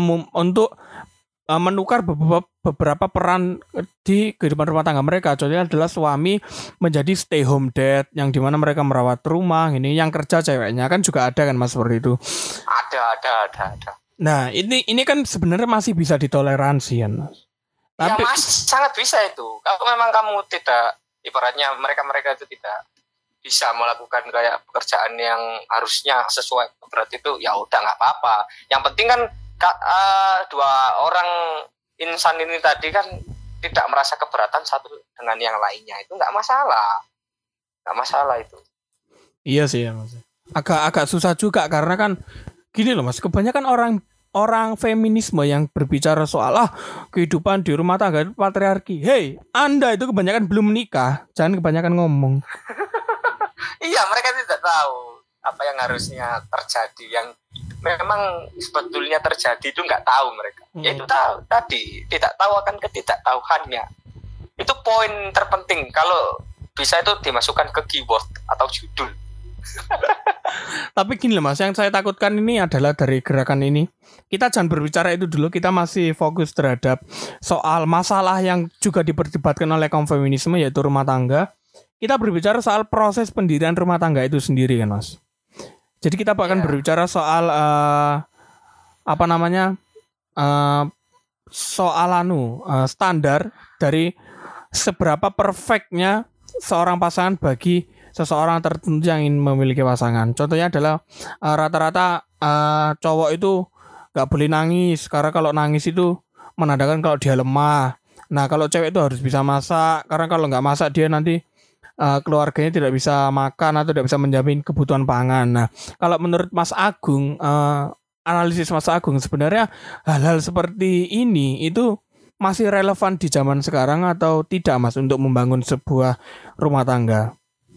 menukar beberapa peran di kehidupan rumah tangga mereka. Contohnya adalah suami menjadi stay home dad, yang dimana mereka merawat rumah, ini yang kerja ceweknya kan juga ada kan Mas seperti itu. Ada. Nah ini kan sebenarnya masih bisa ditoleransi kan Mas. Tapi ya masih sangat bisa itu. Kalau memang kamu tidak, ibaratnya mereka itu tidak bisa melakukan kayak pekerjaan yang harusnya sesuai berat itu ya udah nggak apa-apa. Yang penting kan dua orang insan ini tadi kan tidak merasa keberatan satu dengan yang lainnya, itu nggak masalah itu. Iya sih ya Mas. Agak susah juga karena kan gini loh Mas, kebanyakan orang feminisme yang berbicara soal kehidupan di rumah tangga itu patriarki. Hey, Anda itu kebanyakan belum menikah, jangan kebanyakan ngomong. Iya, mereka tidak tahu apa yang harusnya terjadi, yang memang sebetulnya terjadi itu nggak tahu mereka. Yaitu tahu tadi, tidak tahu akan ketidaktahuannya. Itu poin terpenting kalau bisa itu dimasukkan ke keyword atau judul. Tapi gini loh Mas, yang saya takutkan ini adalah dari gerakan ini. Kita jangan berbicara itu dulu, kita masih fokus terhadap soal masalah yang juga diperdebatkan oleh kaum feminisme yaitu rumah tangga. Kita berbicara soal proses pendirian rumah tangga itu sendiri kan Mas. Jadi kita akan berbicara soal standar dari seberapa perfectnya seorang pasangan bagi seseorang tertentu yang ingin memiliki pasangan. Contohnya adalah rata-rata cowok itu gak boleh nangis karena kalau nangis itu menandakan kalau dia lemah. Nah kalau cewek itu harus bisa masak karena kalau nggak masak dia nanti keluarganya tidak bisa makan atau tidak bisa menjamin kebutuhan pangan. Nah, kalau menurut Mas Agung, analisis Mas Agung sebenarnya hal-hal seperti ini itu masih relevan di zaman sekarang atau tidak Mas untuk membangun sebuah rumah tangga?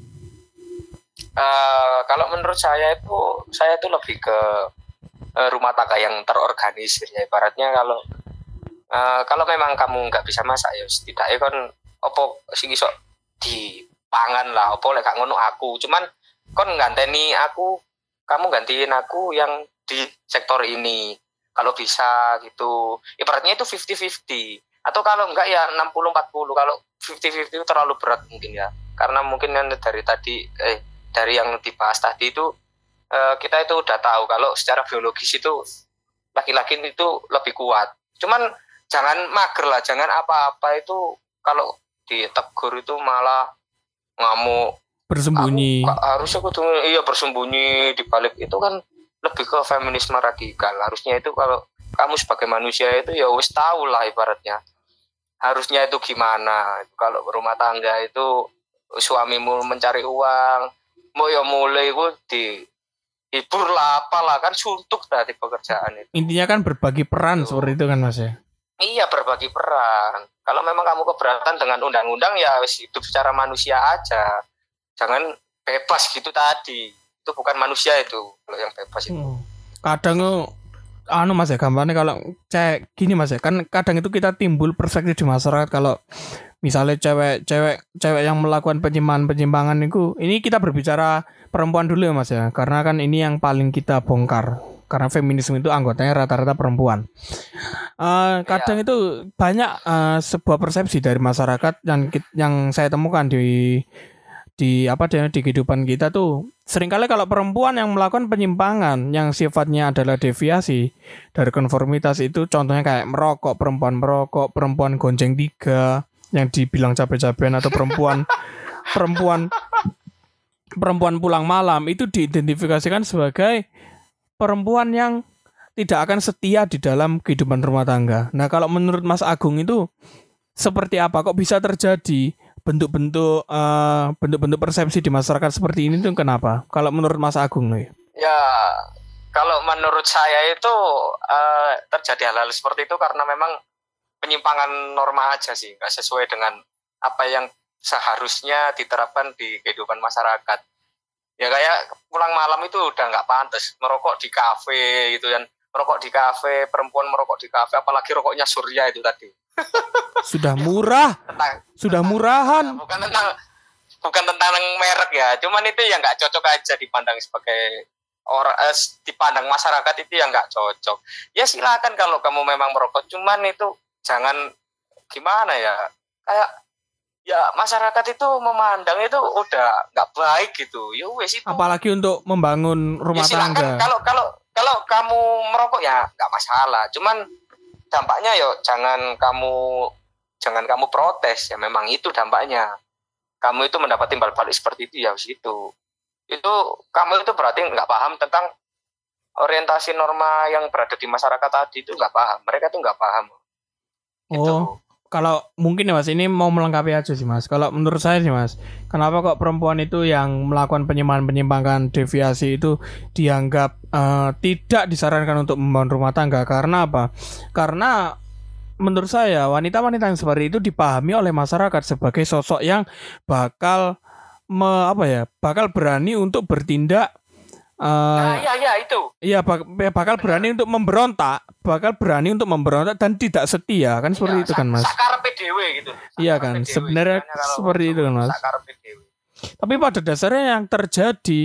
Kalau menurut saya itu lebih ke rumah tangga yang terorganisir ya. Ibaratnya kalau memang kamu nggak bisa masak ya setidaknya kan opo sing iso di pangan lah, opo lek gak ngono aku. Cuman kon nganteni aku, kamu gantiin aku yang di sektor ini. Kalau bisa gitu. Ibaratnya itu 50-50. Atau kalau enggak ya 60-40. Kalau 50-50 itu terlalu berat mungkin ya. Karena mungkin dari yang dibahas tadi itu kita itu udah tahu kalau secara biologis itu laki-laki itu lebih kuat. Cuman jangan mager lah, jangan apa-apa itu kalau ditegur itu malah ngamuk bersembunyi. Harusnya bersembunyi di balik itu kan lebih ke feminisme radikal. Harusnya itu kalau kamu sebagai manusia itu ya wis tahu lah ibaratnya harusnya itu gimana. Kalau rumah tangga itu suamimu mencari uang, mau ya mulai itu dihibur lah apalah kan suntuk tadi pekerjaan itu. Intinya kan berbagi peran seperti itu kan Mas ya. Iya, berbagi peran. Kalau memang kamu keberatan dengan undang-undang ya hidup secara manusia aja. Jangan bebas gitu tadi. Itu bukan manusia itu kalau yang bebas itu. Kadang Mas ya gambarnya kalau gini Mas ya, kan kadang itu kita timbul perspektif di masyarakat kalau misalnya cewek yang melakukan penyimpangan itu, ini kita berbicara perempuan dulu ya Mas ya, karena kan ini yang paling kita bongkar. Karena feminisme itu anggotanya rata-rata perempuan. Kadang itu banyak sebuah persepsi dari masyarakat yang saya temukan di kehidupan kita tuh seringkali kalau perempuan yang melakukan penyimpangan yang sifatnya adalah deviasi dari konformitas itu, contohnya kayak perempuan gonjeng 3 yang dibilang capek-capean atau perempuan pulang malam itu diidentifikasikan sebagai perempuan yang tidak akan setia di dalam kehidupan rumah tangga. Nah, kalau menurut Mas Agung itu seperti apa? Kok bisa terjadi bentuk-bentuk persepsi di masyarakat seperti ini tuh kenapa? Kalau menurut Mas Agung nih? Ya, kalau menurut saya itu terjadi hal-hal seperti itu karena memang penyimpangan norma aja sih, nggak sesuai dengan apa yang seharusnya diterapkan di kehidupan masyarakat. Ya kayak pulang malam itu udah nggak pantas, merokok di kafe gitu kan, merokok di kafe, perempuan merokok di kafe, apalagi rokoknya Surya itu tadi. Sudah murah, sudah murahan. Bukan tentang merek ya, cuman itu yang nggak cocok aja dipandang sebagai orang, dipandang masyarakat itu yang nggak cocok. Ya silakan kalau kamu memang merokok, cuman itu jangan gimana ya, kayak ya masyarakat itu memandang itu udah nggak baik gitu. Ya wes itu. Apalagi untuk membangun rumah tangga. Kalau kamu merokok ya nggak masalah. Cuman dampaknya yo jangan kamu protes ya, memang itu dampaknya. kamu itu mendapat timbal balik seperti itu ya situ. Itu kamu itu berarti nggak paham tentang orientasi norma yang berada di masyarakat tadi itu nggak paham. Mereka tuh nggak paham. Gitu. Oh, kalau mungkin ya Mas, ini mau melengkapi aja sih Mas. Kalau menurut saya sih Mas, kenapa kok perempuan itu yang melakukan penyimpangan deviasi itu dianggap tidak disarankan untuk membangun rumah tangga? Karena apa? Karena menurut saya wanita-wanita yang seperti itu dipahami oleh masyarakat sebagai sosok yang bakal bakal berani untuk bertindak. Itu. Iya, bakal berani untuk memberontak, dan tidak setia kan seperti itu kan Mas. Sakarepe dhewe gitu. Iya kan, sebenarnya seperti itu kan Mas. Sakarepe dhewe. Tapi pada dasarnya yang terjadi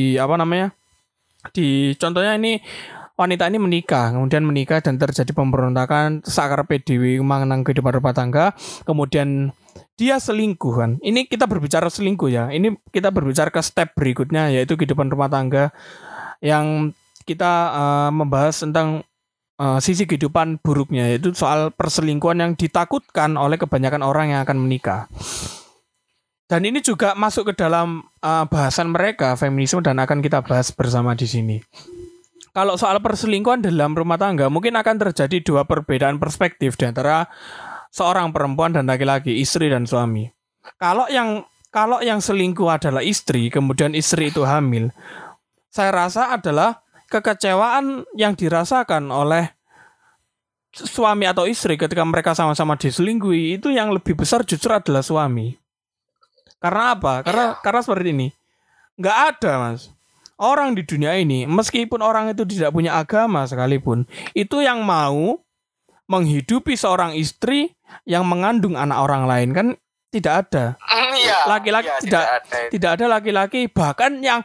di contohnya ini wanita ini menikah dan terjadi pemberontakan sakarepe dhewe mengenang kehidupan rumah tangga, kemudian dia selingkuh kan. Ini kita berbicara selingkuh ya. Ini kita berbicara ke step berikutnya yaitu kehidupan rumah tangga yang kita membahas tentang sisi kehidupan buruknya yaitu soal perselingkuhan yang ditakutkan oleh kebanyakan orang yang akan menikah. Dan ini juga masuk ke dalam bahasan mereka feminisme dan akan kita bahas bersama di sini. Kalau soal perselingkuhan dalam rumah tangga mungkin akan terjadi dua perbedaan perspektif di antara seorang perempuan dan laki-laki, istri dan suami. Kalau yang selingkuh adalah istri, kemudian istri itu hamil, saya rasa adalah kekecewaan yang dirasakan oleh suami atau istri ketika mereka sama-sama diselingkuhi itu yang lebih besar justru adalah suami. Karena apa? Karena seperti ini. Nggak ada, Mas. Orang di dunia ini, meskipun orang itu tidak punya agama sekalipun, itu yang mau menghidupi seorang istri yang mengandung anak orang lain kan tidak ada. Laki-laki tidak ada laki-laki bahkan yang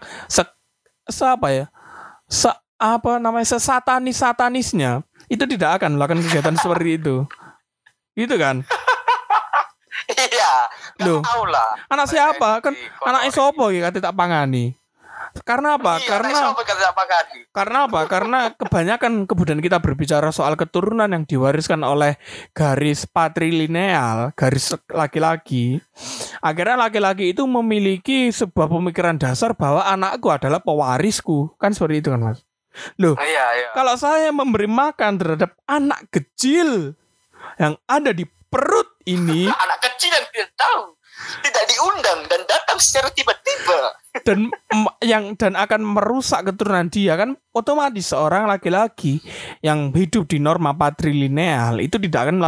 satanisnya itu tidak akan melakukan kegiatan seperti itu. Gitu kan? Iya. Loh, anak siapa? Kan anak sopo ya tak pangani. Karena apa? Karena apa? Karena kebanyakan kemudian kita berbicara soal keturunan yang diwariskan oleh garis patrilineal, garis laki-laki. Akhirnya laki-laki itu memiliki sebuah pemikiran dasar bahwa anakku adalah pewarisku. Kan seperti itu kan, Mas? Loh, kalau saya memberi makan terhadap anak kecil yang ada di perut ini, anak kecil yang tidak tahu, tidak diundang dan datang secara tiba-tiba dan akan merusak keturunan dia kan, otomatis seorang laki-laki yang hidup di norma patrilineal itu tidak akan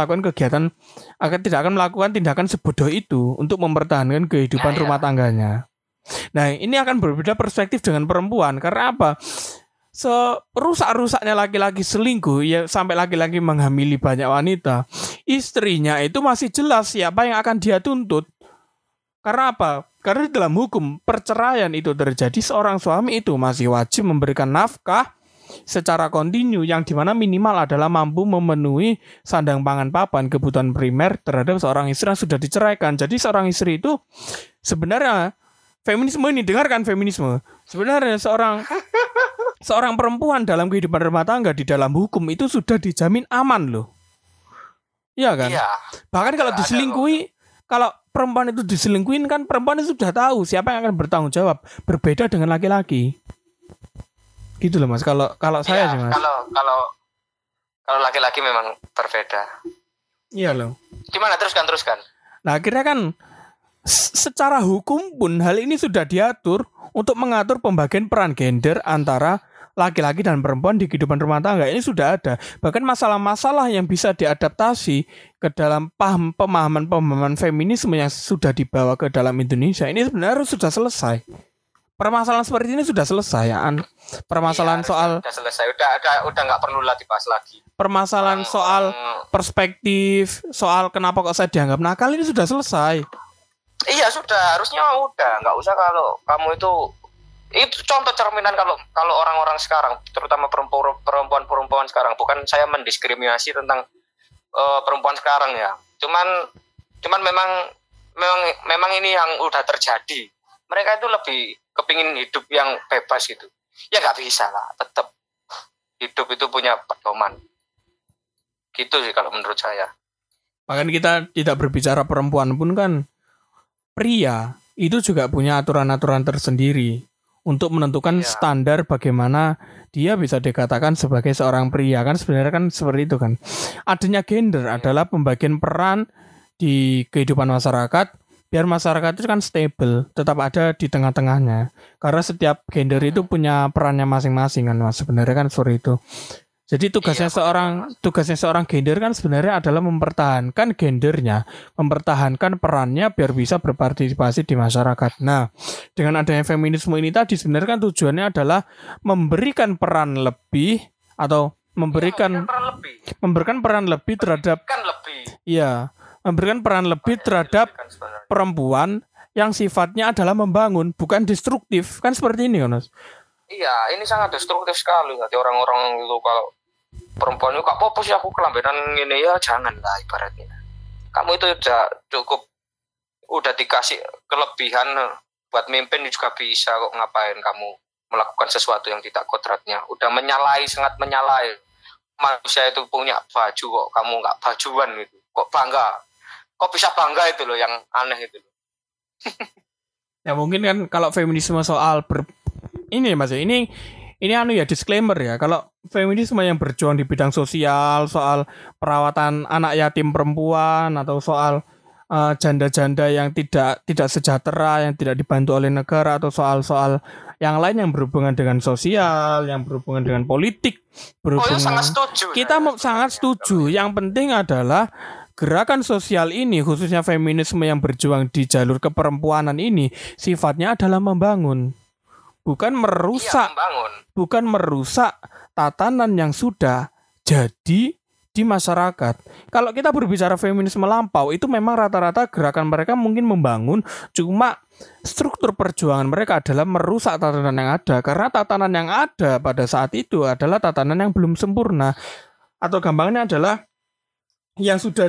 melakukan tindakan sebodoh itu untuk mempertahankan kehidupan rumah tangganya. Nah, ini akan berbeda perspektif dengan perempuan. Karena apa? Serusak-rusaknya laki-laki selingkuh ya sampai laki-laki menghamili banyak wanita, istrinya itu masih jelas siapa yang akan dia tuntut. Karena apa? Karena dalam hukum perceraian itu terjadi, seorang suami itu masih wajib memberikan nafkah secara kontinu yang dimana minimal adalah mampu memenuhi sandang pangan papan kebutuhan primer terhadap seorang istri yang sudah diceraikan. Jadi seorang istri itu sebenarnya feminisme ini, dengarkan feminisme. Sebenarnya seorang perempuan dalam kehidupan rumah tangga di dalam hukum itu sudah dijamin aman loh. Iya kan? Iya. Bahkan kalau diselingkuhi, kalau perempuan itu diselingkuhin kan perempuan itu sudah tahu siapa yang akan bertanggung jawab. Berbeda dengan laki-laki. Gitu loh Mas. Kalau saya sih Mas. Kalau laki-laki memang berbeda. Iya loh. Gimana teruskan? Nah akhirnya kan secara hukum pun hal ini sudah diatur untuk mengatur pembagian peran gender antara laki-laki dan perempuan di kehidupan rumah tangga. Ini sudah ada. Bahkan masalah-masalah yang bisa diadaptasi ke dalam pemahaman feminisme yang sudah dibawa ke dalam Indonesia ini sebenarnya sudah selesai. Permasalahan seperti ini sudah selesai ya. Permasalahan soal sudah selesai. Udah nggak perlu lah dibahas lagi. Permasalahan soal perspektif, soal kenapa kok saya dianggap nakal ini sudah selesai. Iya sudah, harusnya udah. Nggak usah kalau kamu itu contoh cerminan kalau orang-orang sekarang, terutama perempuan sekarang. Bukan saya mendiskriminasi tentang perempuan sekarang ya. Cuman memang ini yang udah terjadi. Mereka itu lebih kepingin hidup yang bebas gitu. Ya nggak bisa lah, tetap hidup itu punya pedoman. Gitu sih kalau menurut saya. Bahkan kita tidak berbicara perempuan pun kan pria itu juga punya aturan-aturan tersendiri untuk menentukan Iya. standar bagaimana dia bisa dikatakan sebagai seorang pria. Kan sebenarnya kan seperti itu kan. Adanya gender adalah pembagian peran di kehidupan masyarakat biar masyarakat itu kan stable, tetap ada di tengah-tengahnya. Karena setiap gender itu punya perannya masing-masing kan Mas. Sebenarnya kan seperti itu. Jadi tugasnya seorang gender kan sebenarnya adalah mempertahankan gendernya, mempertahankan perannya biar bisa berpartisipasi di masyarakat. Nah, dengan adanya feminisme ini tadi sebenarnya kan tujuannya adalah memberikan peran lebih atau memberikan peran lebih terhadap memberikan peran lebih terhadap perempuan yang sifatnya adalah membangun, bukan destruktif. Kan seperti ini kan, Mas? Iya, ini sangat destruktif sekali. Nanti orang-orang itu kalau perempuan itu kok apa sih aku kelambenan ini ya jangan lah ibaratnya. Kamu itu udah dikasih kelebihan buat mimpin juga bisa kok, ngapain kamu melakukan sesuatu yang tidak kodratnya. Udah sangat menyalahi. Manusia itu punya baju kok kamu nggak bajuan gitu. Kok bangga? Kok bisa bangga itu loh yang aneh itu. Ya mungkin kan kalau feminisme soal ini Mas, ini anu ya disclaimer ya. Kalau feminisme yang berjuang di bidang sosial, soal perawatan anak yatim perempuan atau soal janda-janda yang tidak sejahtera, yang tidak dibantu oleh negara, atau soal-soal yang lain yang berhubungan dengan sosial, yang berhubungan dengan politik, sangat setuju. Kita sangat setuju. Yang penting adalah gerakan sosial ini, khususnya feminisme yang berjuang di jalur keperempuanan ini, sifatnya adalah membangun. Bukan merusak tatanan yang sudah jadi di masyarakat. Kalau kita berbicara feminisme lampau, itu memang rata-rata gerakan mereka mungkin membangun, cuma struktur perjuangan mereka adalah merusak tatanan yang ada, karena tatanan yang ada pada saat itu adalah tatanan yang belum sempurna. Atau gampangnya adalah yang sudah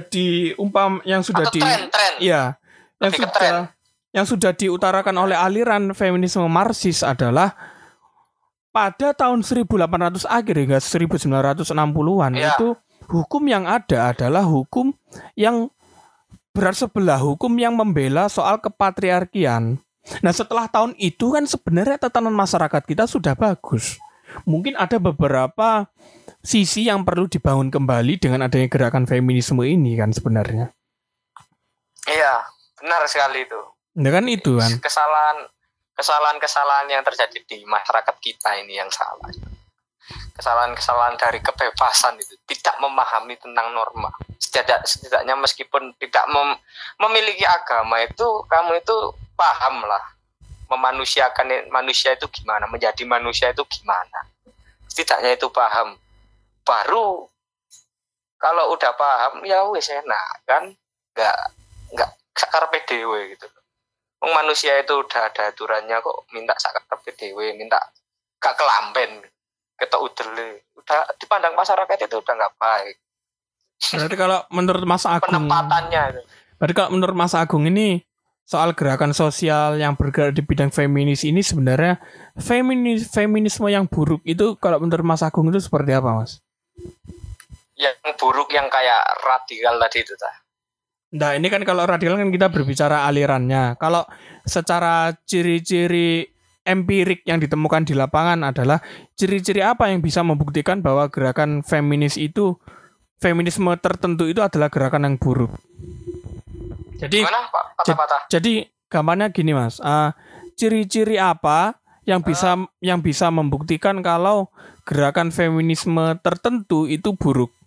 diutarakan oleh aliran feminisme Marxis adalah pada tahun 1800 akhir hingga 1960-an itu hukum yang ada adalah hukum yang berat sebelah, hukum yang membela soal kepatriarkian. Nah, setelah tahun itu kan sebenarnya tatanan masyarakat kita sudah bagus. Mungkin ada beberapa sisi yang perlu dibangun kembali dengan adanya gerakan feminisme ini kan sebenarnya. Iya, benar sekali itu. Nah kan itu kan. Kesalahan yang terjadi di masyarakat kita ini yang salah. Kesalahan dari kebebasan itu, tidak memahami tentang norma. Setidaknya meskipun tidak memiliki agama itu, kamu itu paham lah memanusiakan manusia itu gimana, menjadi manusia itu gimana. Setidaknya itu paham. Baru kalau udah paham ya wes enak kan, nggak sakarpe dewe gitu. Manusia itu udah ada aturannya kok minta sakarpe dewe, minta gak kelamben, ketok udele, udah dipandang masyarakat itu udah nggak baik. Berarti kalau menurut Mas Agung, penempatannya itu. Berarti kalau menurut Mas Agung ini soal gerakan sosial yang bergerak di bidang feminis ini sebenarnya feminisme yang buruk itu kalau menurut Mas Agung itu seperti apa, Mas? Yang buruk yang kayak radikal tadi itu ta. Nah, ini kan kalau radikal kan kita berbicara alirannya. Kalau secara ciri-ciri empirik yang ditemukan di lapangan adalah ciri-ciri apa yang bisa membuktikan bahwa gerakan feminisme tertentu itu adalah gerakan yang buruk. Jadi gimana, Pak? Patah-patah. Jadi gampangnya gini, Mas. Ciri-ciri apa yang bisa membuktikan kalau gerakan feminisme tertentu itu buruk?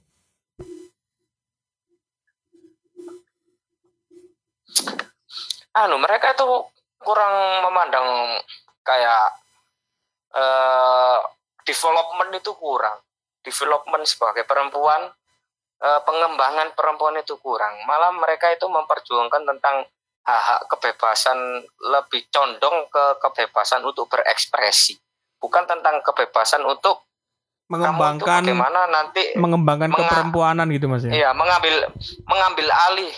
Mereka itu kurang memandang kayak development itu kurang. Development sebagai perempuan, pengembangan perempuan itu kurang. Malah mereka itu memperjuangkan tentang hak kebebasan, lebih condong ke kebebasan untuk berekspresi. Bukan tentang kebebasan untuk mengembangkan mengembangkan keperempuanan gitu Mas ya. Iya, mengambil alih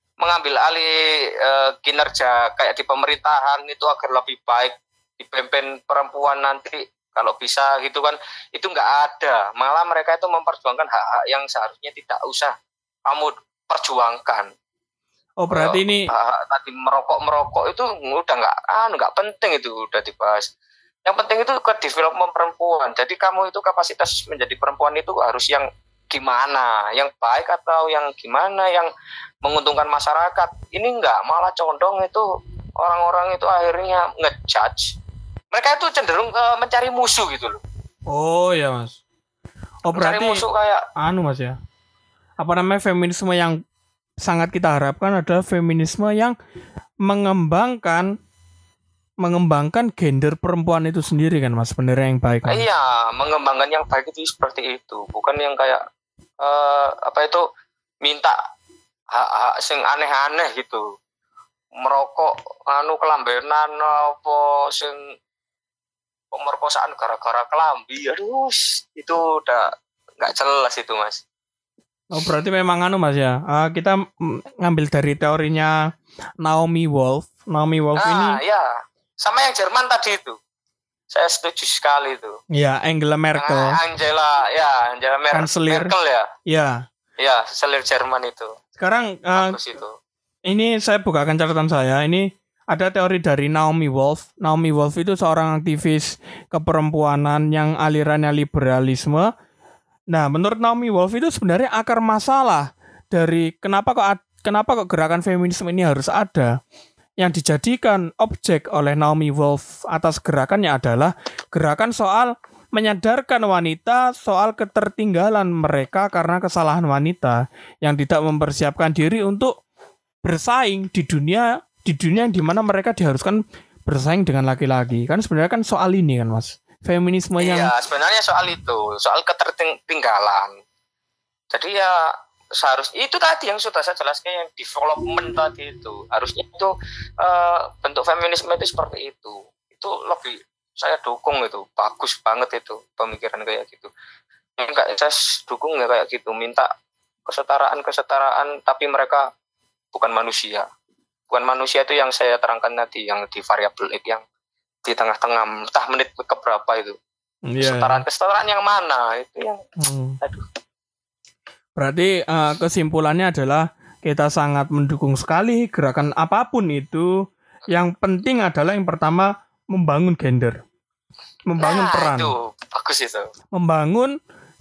kinerja kayak di pemerintahan itu agar lebih baik, dipimpin perempuan nanti kalau bisa gitu kan, itu nggak ada. Malah mereka itu memperjuangkan hak-hak yang seharusnya tidak usah kamu perjuangkan. Oh berarti ini tadi merokok itu udah nggak penting, itu udah dibahas. Yang penting itu ke development perempuan. Jadi kamu itu kapasitas menjadi perempuan itu harus yang gimana, yang baik atau yang gimana, yang menguntungkan masyarakat. Ini enggak, malah condong itu orang-orang itu akhirnya ngejudge. Mereka itu cenderung mencari musuh gitu loh. Oh ya mas. Oh berarti mencari musuh kayak mas ya. Apa namanya, feminisme yang sangat kita harapkan adalah feminisme yang mengembangkan gender perempuan itu sendiri kan mas, sebenarnya yang baik kan? Iya, mengembangkan yang baik itu seperti itu, bukan yang kayak minta hak sing aneh-aneh gitu, merokok kelambenan apa sing pemerkosaan gara-gara kelambi. Aduh, itu udah nggak jelas itu mas. Oh berarti memang mas ya, kita ngambil dari teorinya Naomi Wolf ini. Ya, sama yang Jerman tadi itu, saya setuju sekali itu. Ya, Angela Merkel. Angela Merkel ya. Ya, kanselir Jerman itu. Sekarang itu. Ini saya bukakan catatan saya. Ini ada teori dari Naomi Wolf. Naomi Wolf itu seorang aktivis keperempuanan yang alirannya liberalisme. Nah, menurut Naomi Wolf itu sebenarnya akar masalah dari kenapa kok gerakan feminisme ini harus ada. Yang dijadikan objek oleh Naomi Wolf atas gerakannya adalah gerakan soal menyadarkan wanita soal ketertinggalan mereka karena kesalahan wanita yang tidak mempersiapkan diri untuk bersaing di dunia yang dimana mereka diharuskan bersaing dengan laki-laki. Kan sebenarnya kan soal ini kan mas, feminisme yang... Iya, sebenarnya soal itu, soal ketertinggalan. Jadi ya seharusnya itu tadi yang sudah saya jelaskan, yang development tadi itu harusnya itu bentuk feminisme itu seperti itu lebih saya dukung, itu bagus banget itu pemikiran kayak gitu. Enggak, saya dukung ya kayak gitu, minta kesetaraan tapi mereka bukan manusia itu yang saya terangkan tadi, yang di variabel X yang di tengah-tengah, entah menit keberapa itu. Kesetaraan yang mana itu yang aduh. Berarti kesimpulannya adalah kita sangat mendukung sekali gerakan apapun itu. Yang penting adalah yang pertama membangun gender, membangun peran. Itu bagus itu. Membangun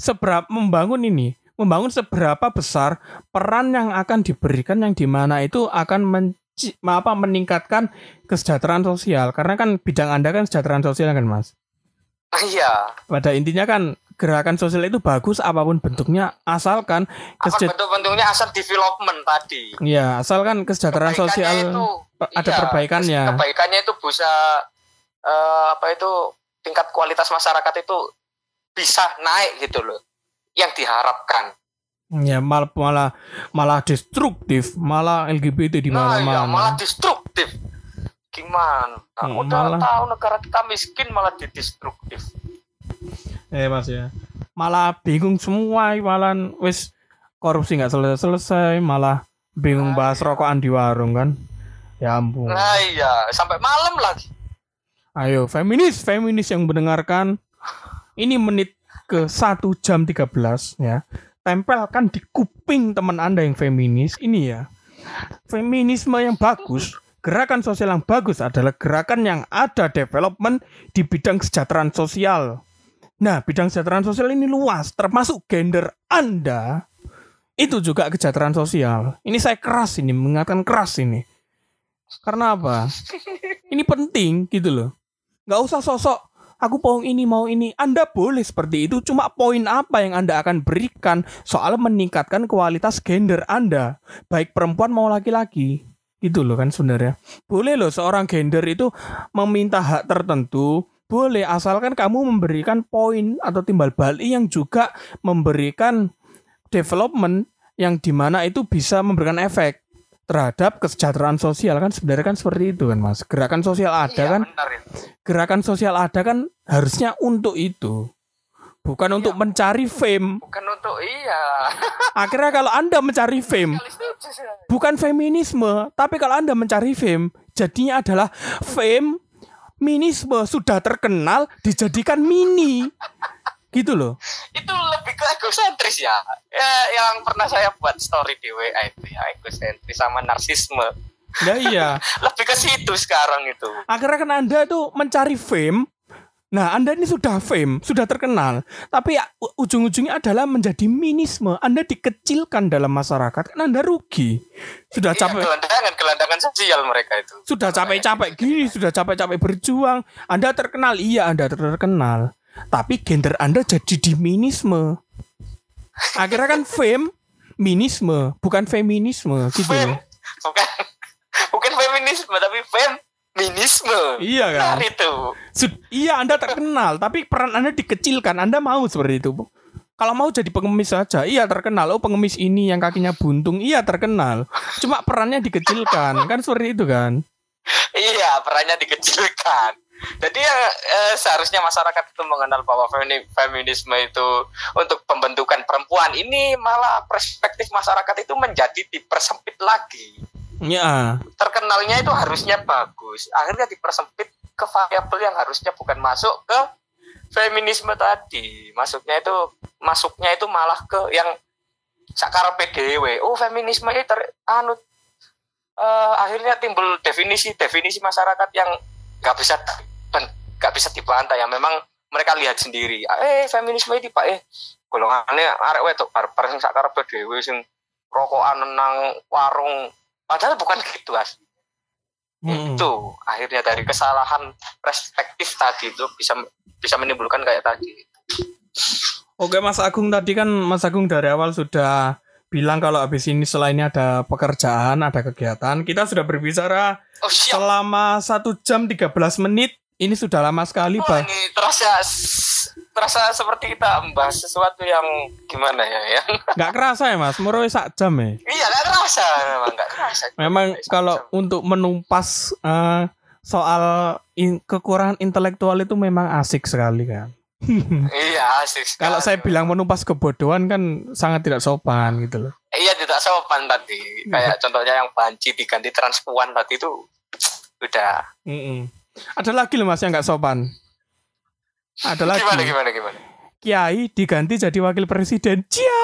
seberapa besar peran yang akan diberikan, yang dimana itu akan meningkatkan kesejahteraan sosial. Karena kan bidang Anda kan kesejahteraan sosial kan mas. Iya. Pada intinya kan gerakan sosial itu bagus apapun bentuknya, asalkan bentuknya asal development tadi. Iya, asalkan kesejahteraan sosial itu, ada perbaikannya. Kebaikannya itu bisa tingkat kualitas masyarakat itu bisa naik gitu loh. Yang diharapkan. Ya, malah destruktif, malah LGBT di mana-mana. Iya, malah destruktif. Gimana? Udah tahu negara kita miskin malah didestruktif. Mas ya, malah bingung semua, malah wis korupsi nggak selesai, malah bingung bahas rokokan di warung kan. Ya ampun. Nah iya, sampai malam lagi. Ayo feminis yang mendengarkan ini menit ke 1 jam 13 ya, tempelkan di kuping teman Anda yang feminis ini ya. Feminisme yang bagus, gerakan sosial yang bagus adalah gerakan yang ada development di bidang kesejahteraan sosial. Nah, bidang kesejahteraan sosial ini luas, termasuk gender Anda. Itu juga kesejahteraan sosial. Ini saya mengingatkan keras ini. Karena apa? Ini penting gitu loh. Nggak usah sosok, aku mau ini. Anda boleh seperti itu, cuma poin apa yang Anda akan berikan soal meningkatkan kualitas gender Anda. Baik perempuan mau laki-laki. Gitu loh kan sebenarnya. Boleh loh seorang gender itu meminta hak tertentu, boleh, asalkan kamu memberikan poin atau timbal balik yang juga memberikan development yang dimana itu bisa memberikan efek terhadap kesejahteraan sosial kan sebenarnya kan seperti itu kan mas. Gerakan sosial ada kan, gerakan sosial ada kan harusnya untuk itu, bukan untuk mencari fame. Bukan untuk Akhirnya kalau Anda mencari fame, bukan feminisme, tapi kalau Anda mencari fame, jadinya adalah feminisme, sudah terkenal dijadikan mini. Gitu loh. Itu lebih ke egosentris ya. Ya yang pernah saya buat story di WA itu ya egosentris sama narsisme. Ya iya. Lebih ke situ sekarang itu. Akhirnya kan Anda tuh mencari fame. Nah, Anda ini sudah fame, sudah terkenal, tapi ujung-ujungnya adalah menjadi minisme. Anda dikecilkan dalam masyarakat, kan Anda rugi. Sudah capek. Gelandangan sosial mereka itu. Sudah capek-capek gini, sudah capek-capek berjuang. Anda terkenal, iya Anda terkenal. Tapi gender Anda jadi di minisme. Akhirnya kan fame, minisme, bukan feminisme gitu. Fame, bukan feminisme, tapi feminisme. Iya kan? Nah, itu. Iya Anda terkenal, tapi peran Anda dikecilkan. Anda mau seperti itu. Kalau mau jadi pengemis saja, iya terkenal. Oh pengemis ini yang kakinya buntung, iya terkenal. Cuma perannya dikecilkan, kan seperti itu kan? Iya, perannya dikecilkan. Jadi ya seharusnya masyarakat itu mengenal bahwa feminisme itu untuk pembentukan perempuan. Ini malah perspektif masyarakat itu menjadi dipersempit lagi. Ya. Terkenalnya itu harusnya bagus. Akhirnya dipersempit ke variabel yang harusnya bukan masuk ke feminisme tadi. Masuknya itu malah ke yang sakar PDW. Oh, feminisme itu akhirnya timbul definisi masyarakat yang nggak bisa dibantai ya. Memang mereka lihat sendiri. Feminisme itu Pak golongannya arek wedok barbar sing sakar PDW sing rokokan nang warung. Padahal bukan gitu asli. Itu akhirnya dari kesalahan perspektif tadi itu bisa menimbulkan kayak tadi. Oke Mas Agung, tadi kan Mas Agung dari awal sudah bilang kalau habis ini setelah ini ada pekerjaan, ada kegiatan. Kita sudah berbicara selama 1 jam 13 menit. Ini sudah lama sekali, Pak. Ini terasa seperti kita membahas sesuatu yang gimana ya? Nggak kerasa ya, Mas? Murah 1 jam ya? Iya, nggak kerasa. Memang nggak kerasa. Memang kalau untuk menumpas soal kekurangan intelektual itu memang asik sekali kan? Iya, asik sekali. Kalau saya bilang menumpas kebodohan kan sangat tidak sopan gitu loh. Iya, tidak sopan tadi. Kayak contohnya yang banci diganti transpuan tadi itu udah. Ada lagi loh Mas yang nggak sopan. Ada lagi. Gimana? Kiai diganti jadi wakil presiden. Cia.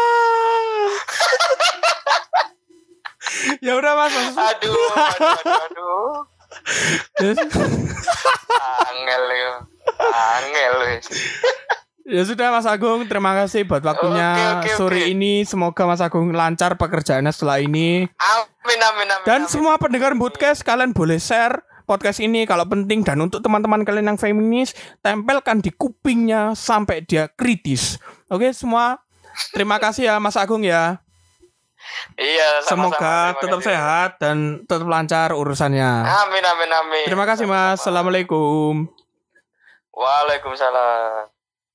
Ya udah Mas. Aduh. Angel. Ya sudah Mas Agung, terima kasih buat waktunya sore ini. Semoga Mas Agung lancar pekerjaannya setelah ini. Amin. Dan semua pendengar podcast, kalian boleh share podcast ini kalau penting, dan untuk teman-teman kalian yang feminis, tempelkan di kupingnya sampai dia kritis. Oke semua, terima kasih ya Mas Agung ya. Iya, semoga tetap sehat dan tetap lancar urusannya. Amin. Terima kasih Mas. Assalamualaikum. Waalaikumsalam.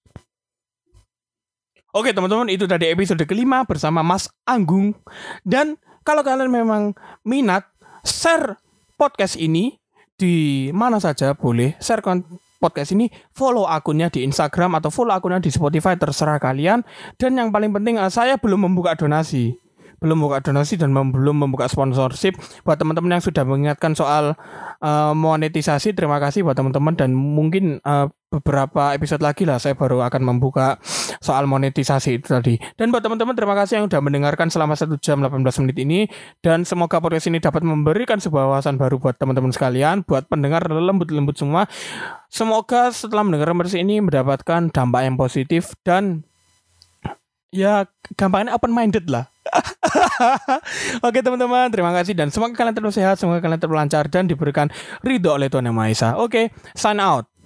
Oke teman-teman, itu tadi episode kelima bersama Mas Agung. Dan kalau kalian memang minat, share podcast ini di mana saja boleh. Share podcast ini, follow akunnya di Instagram atau follow akunnya di Spotify, terserah kalian. Dan yang paling penting, saya belum membuka donasi dan belum membuka sponsorship. Buat teman-teman yang sudah mengingatkan soal monetisasi, terima kasih buat teman-teman. Dan mungkin beberapa episode lagi lah saya baru akan membuka soal monetisasi itu tadi. Dan buat teman-teman, terima kasih yang sudah mendengarkan selama 1 jam 18 menit ini. Dan semoga podcast ini dapat memberikan sebuah wawasan baru buat teman-teman sekalian, buat pendengar lembut-lembut semua. Semoga setelah mendengar podcast ini mendapatkan dampak yang positif dan ya gampangnya open minded lah. Oke teman-teman, terima kasih dan semoga kalian tetap sehat, semoga kalian tetap lancar dan diberikan ridho oleh Tuhan Yang Maha Esa. Oke, sign out.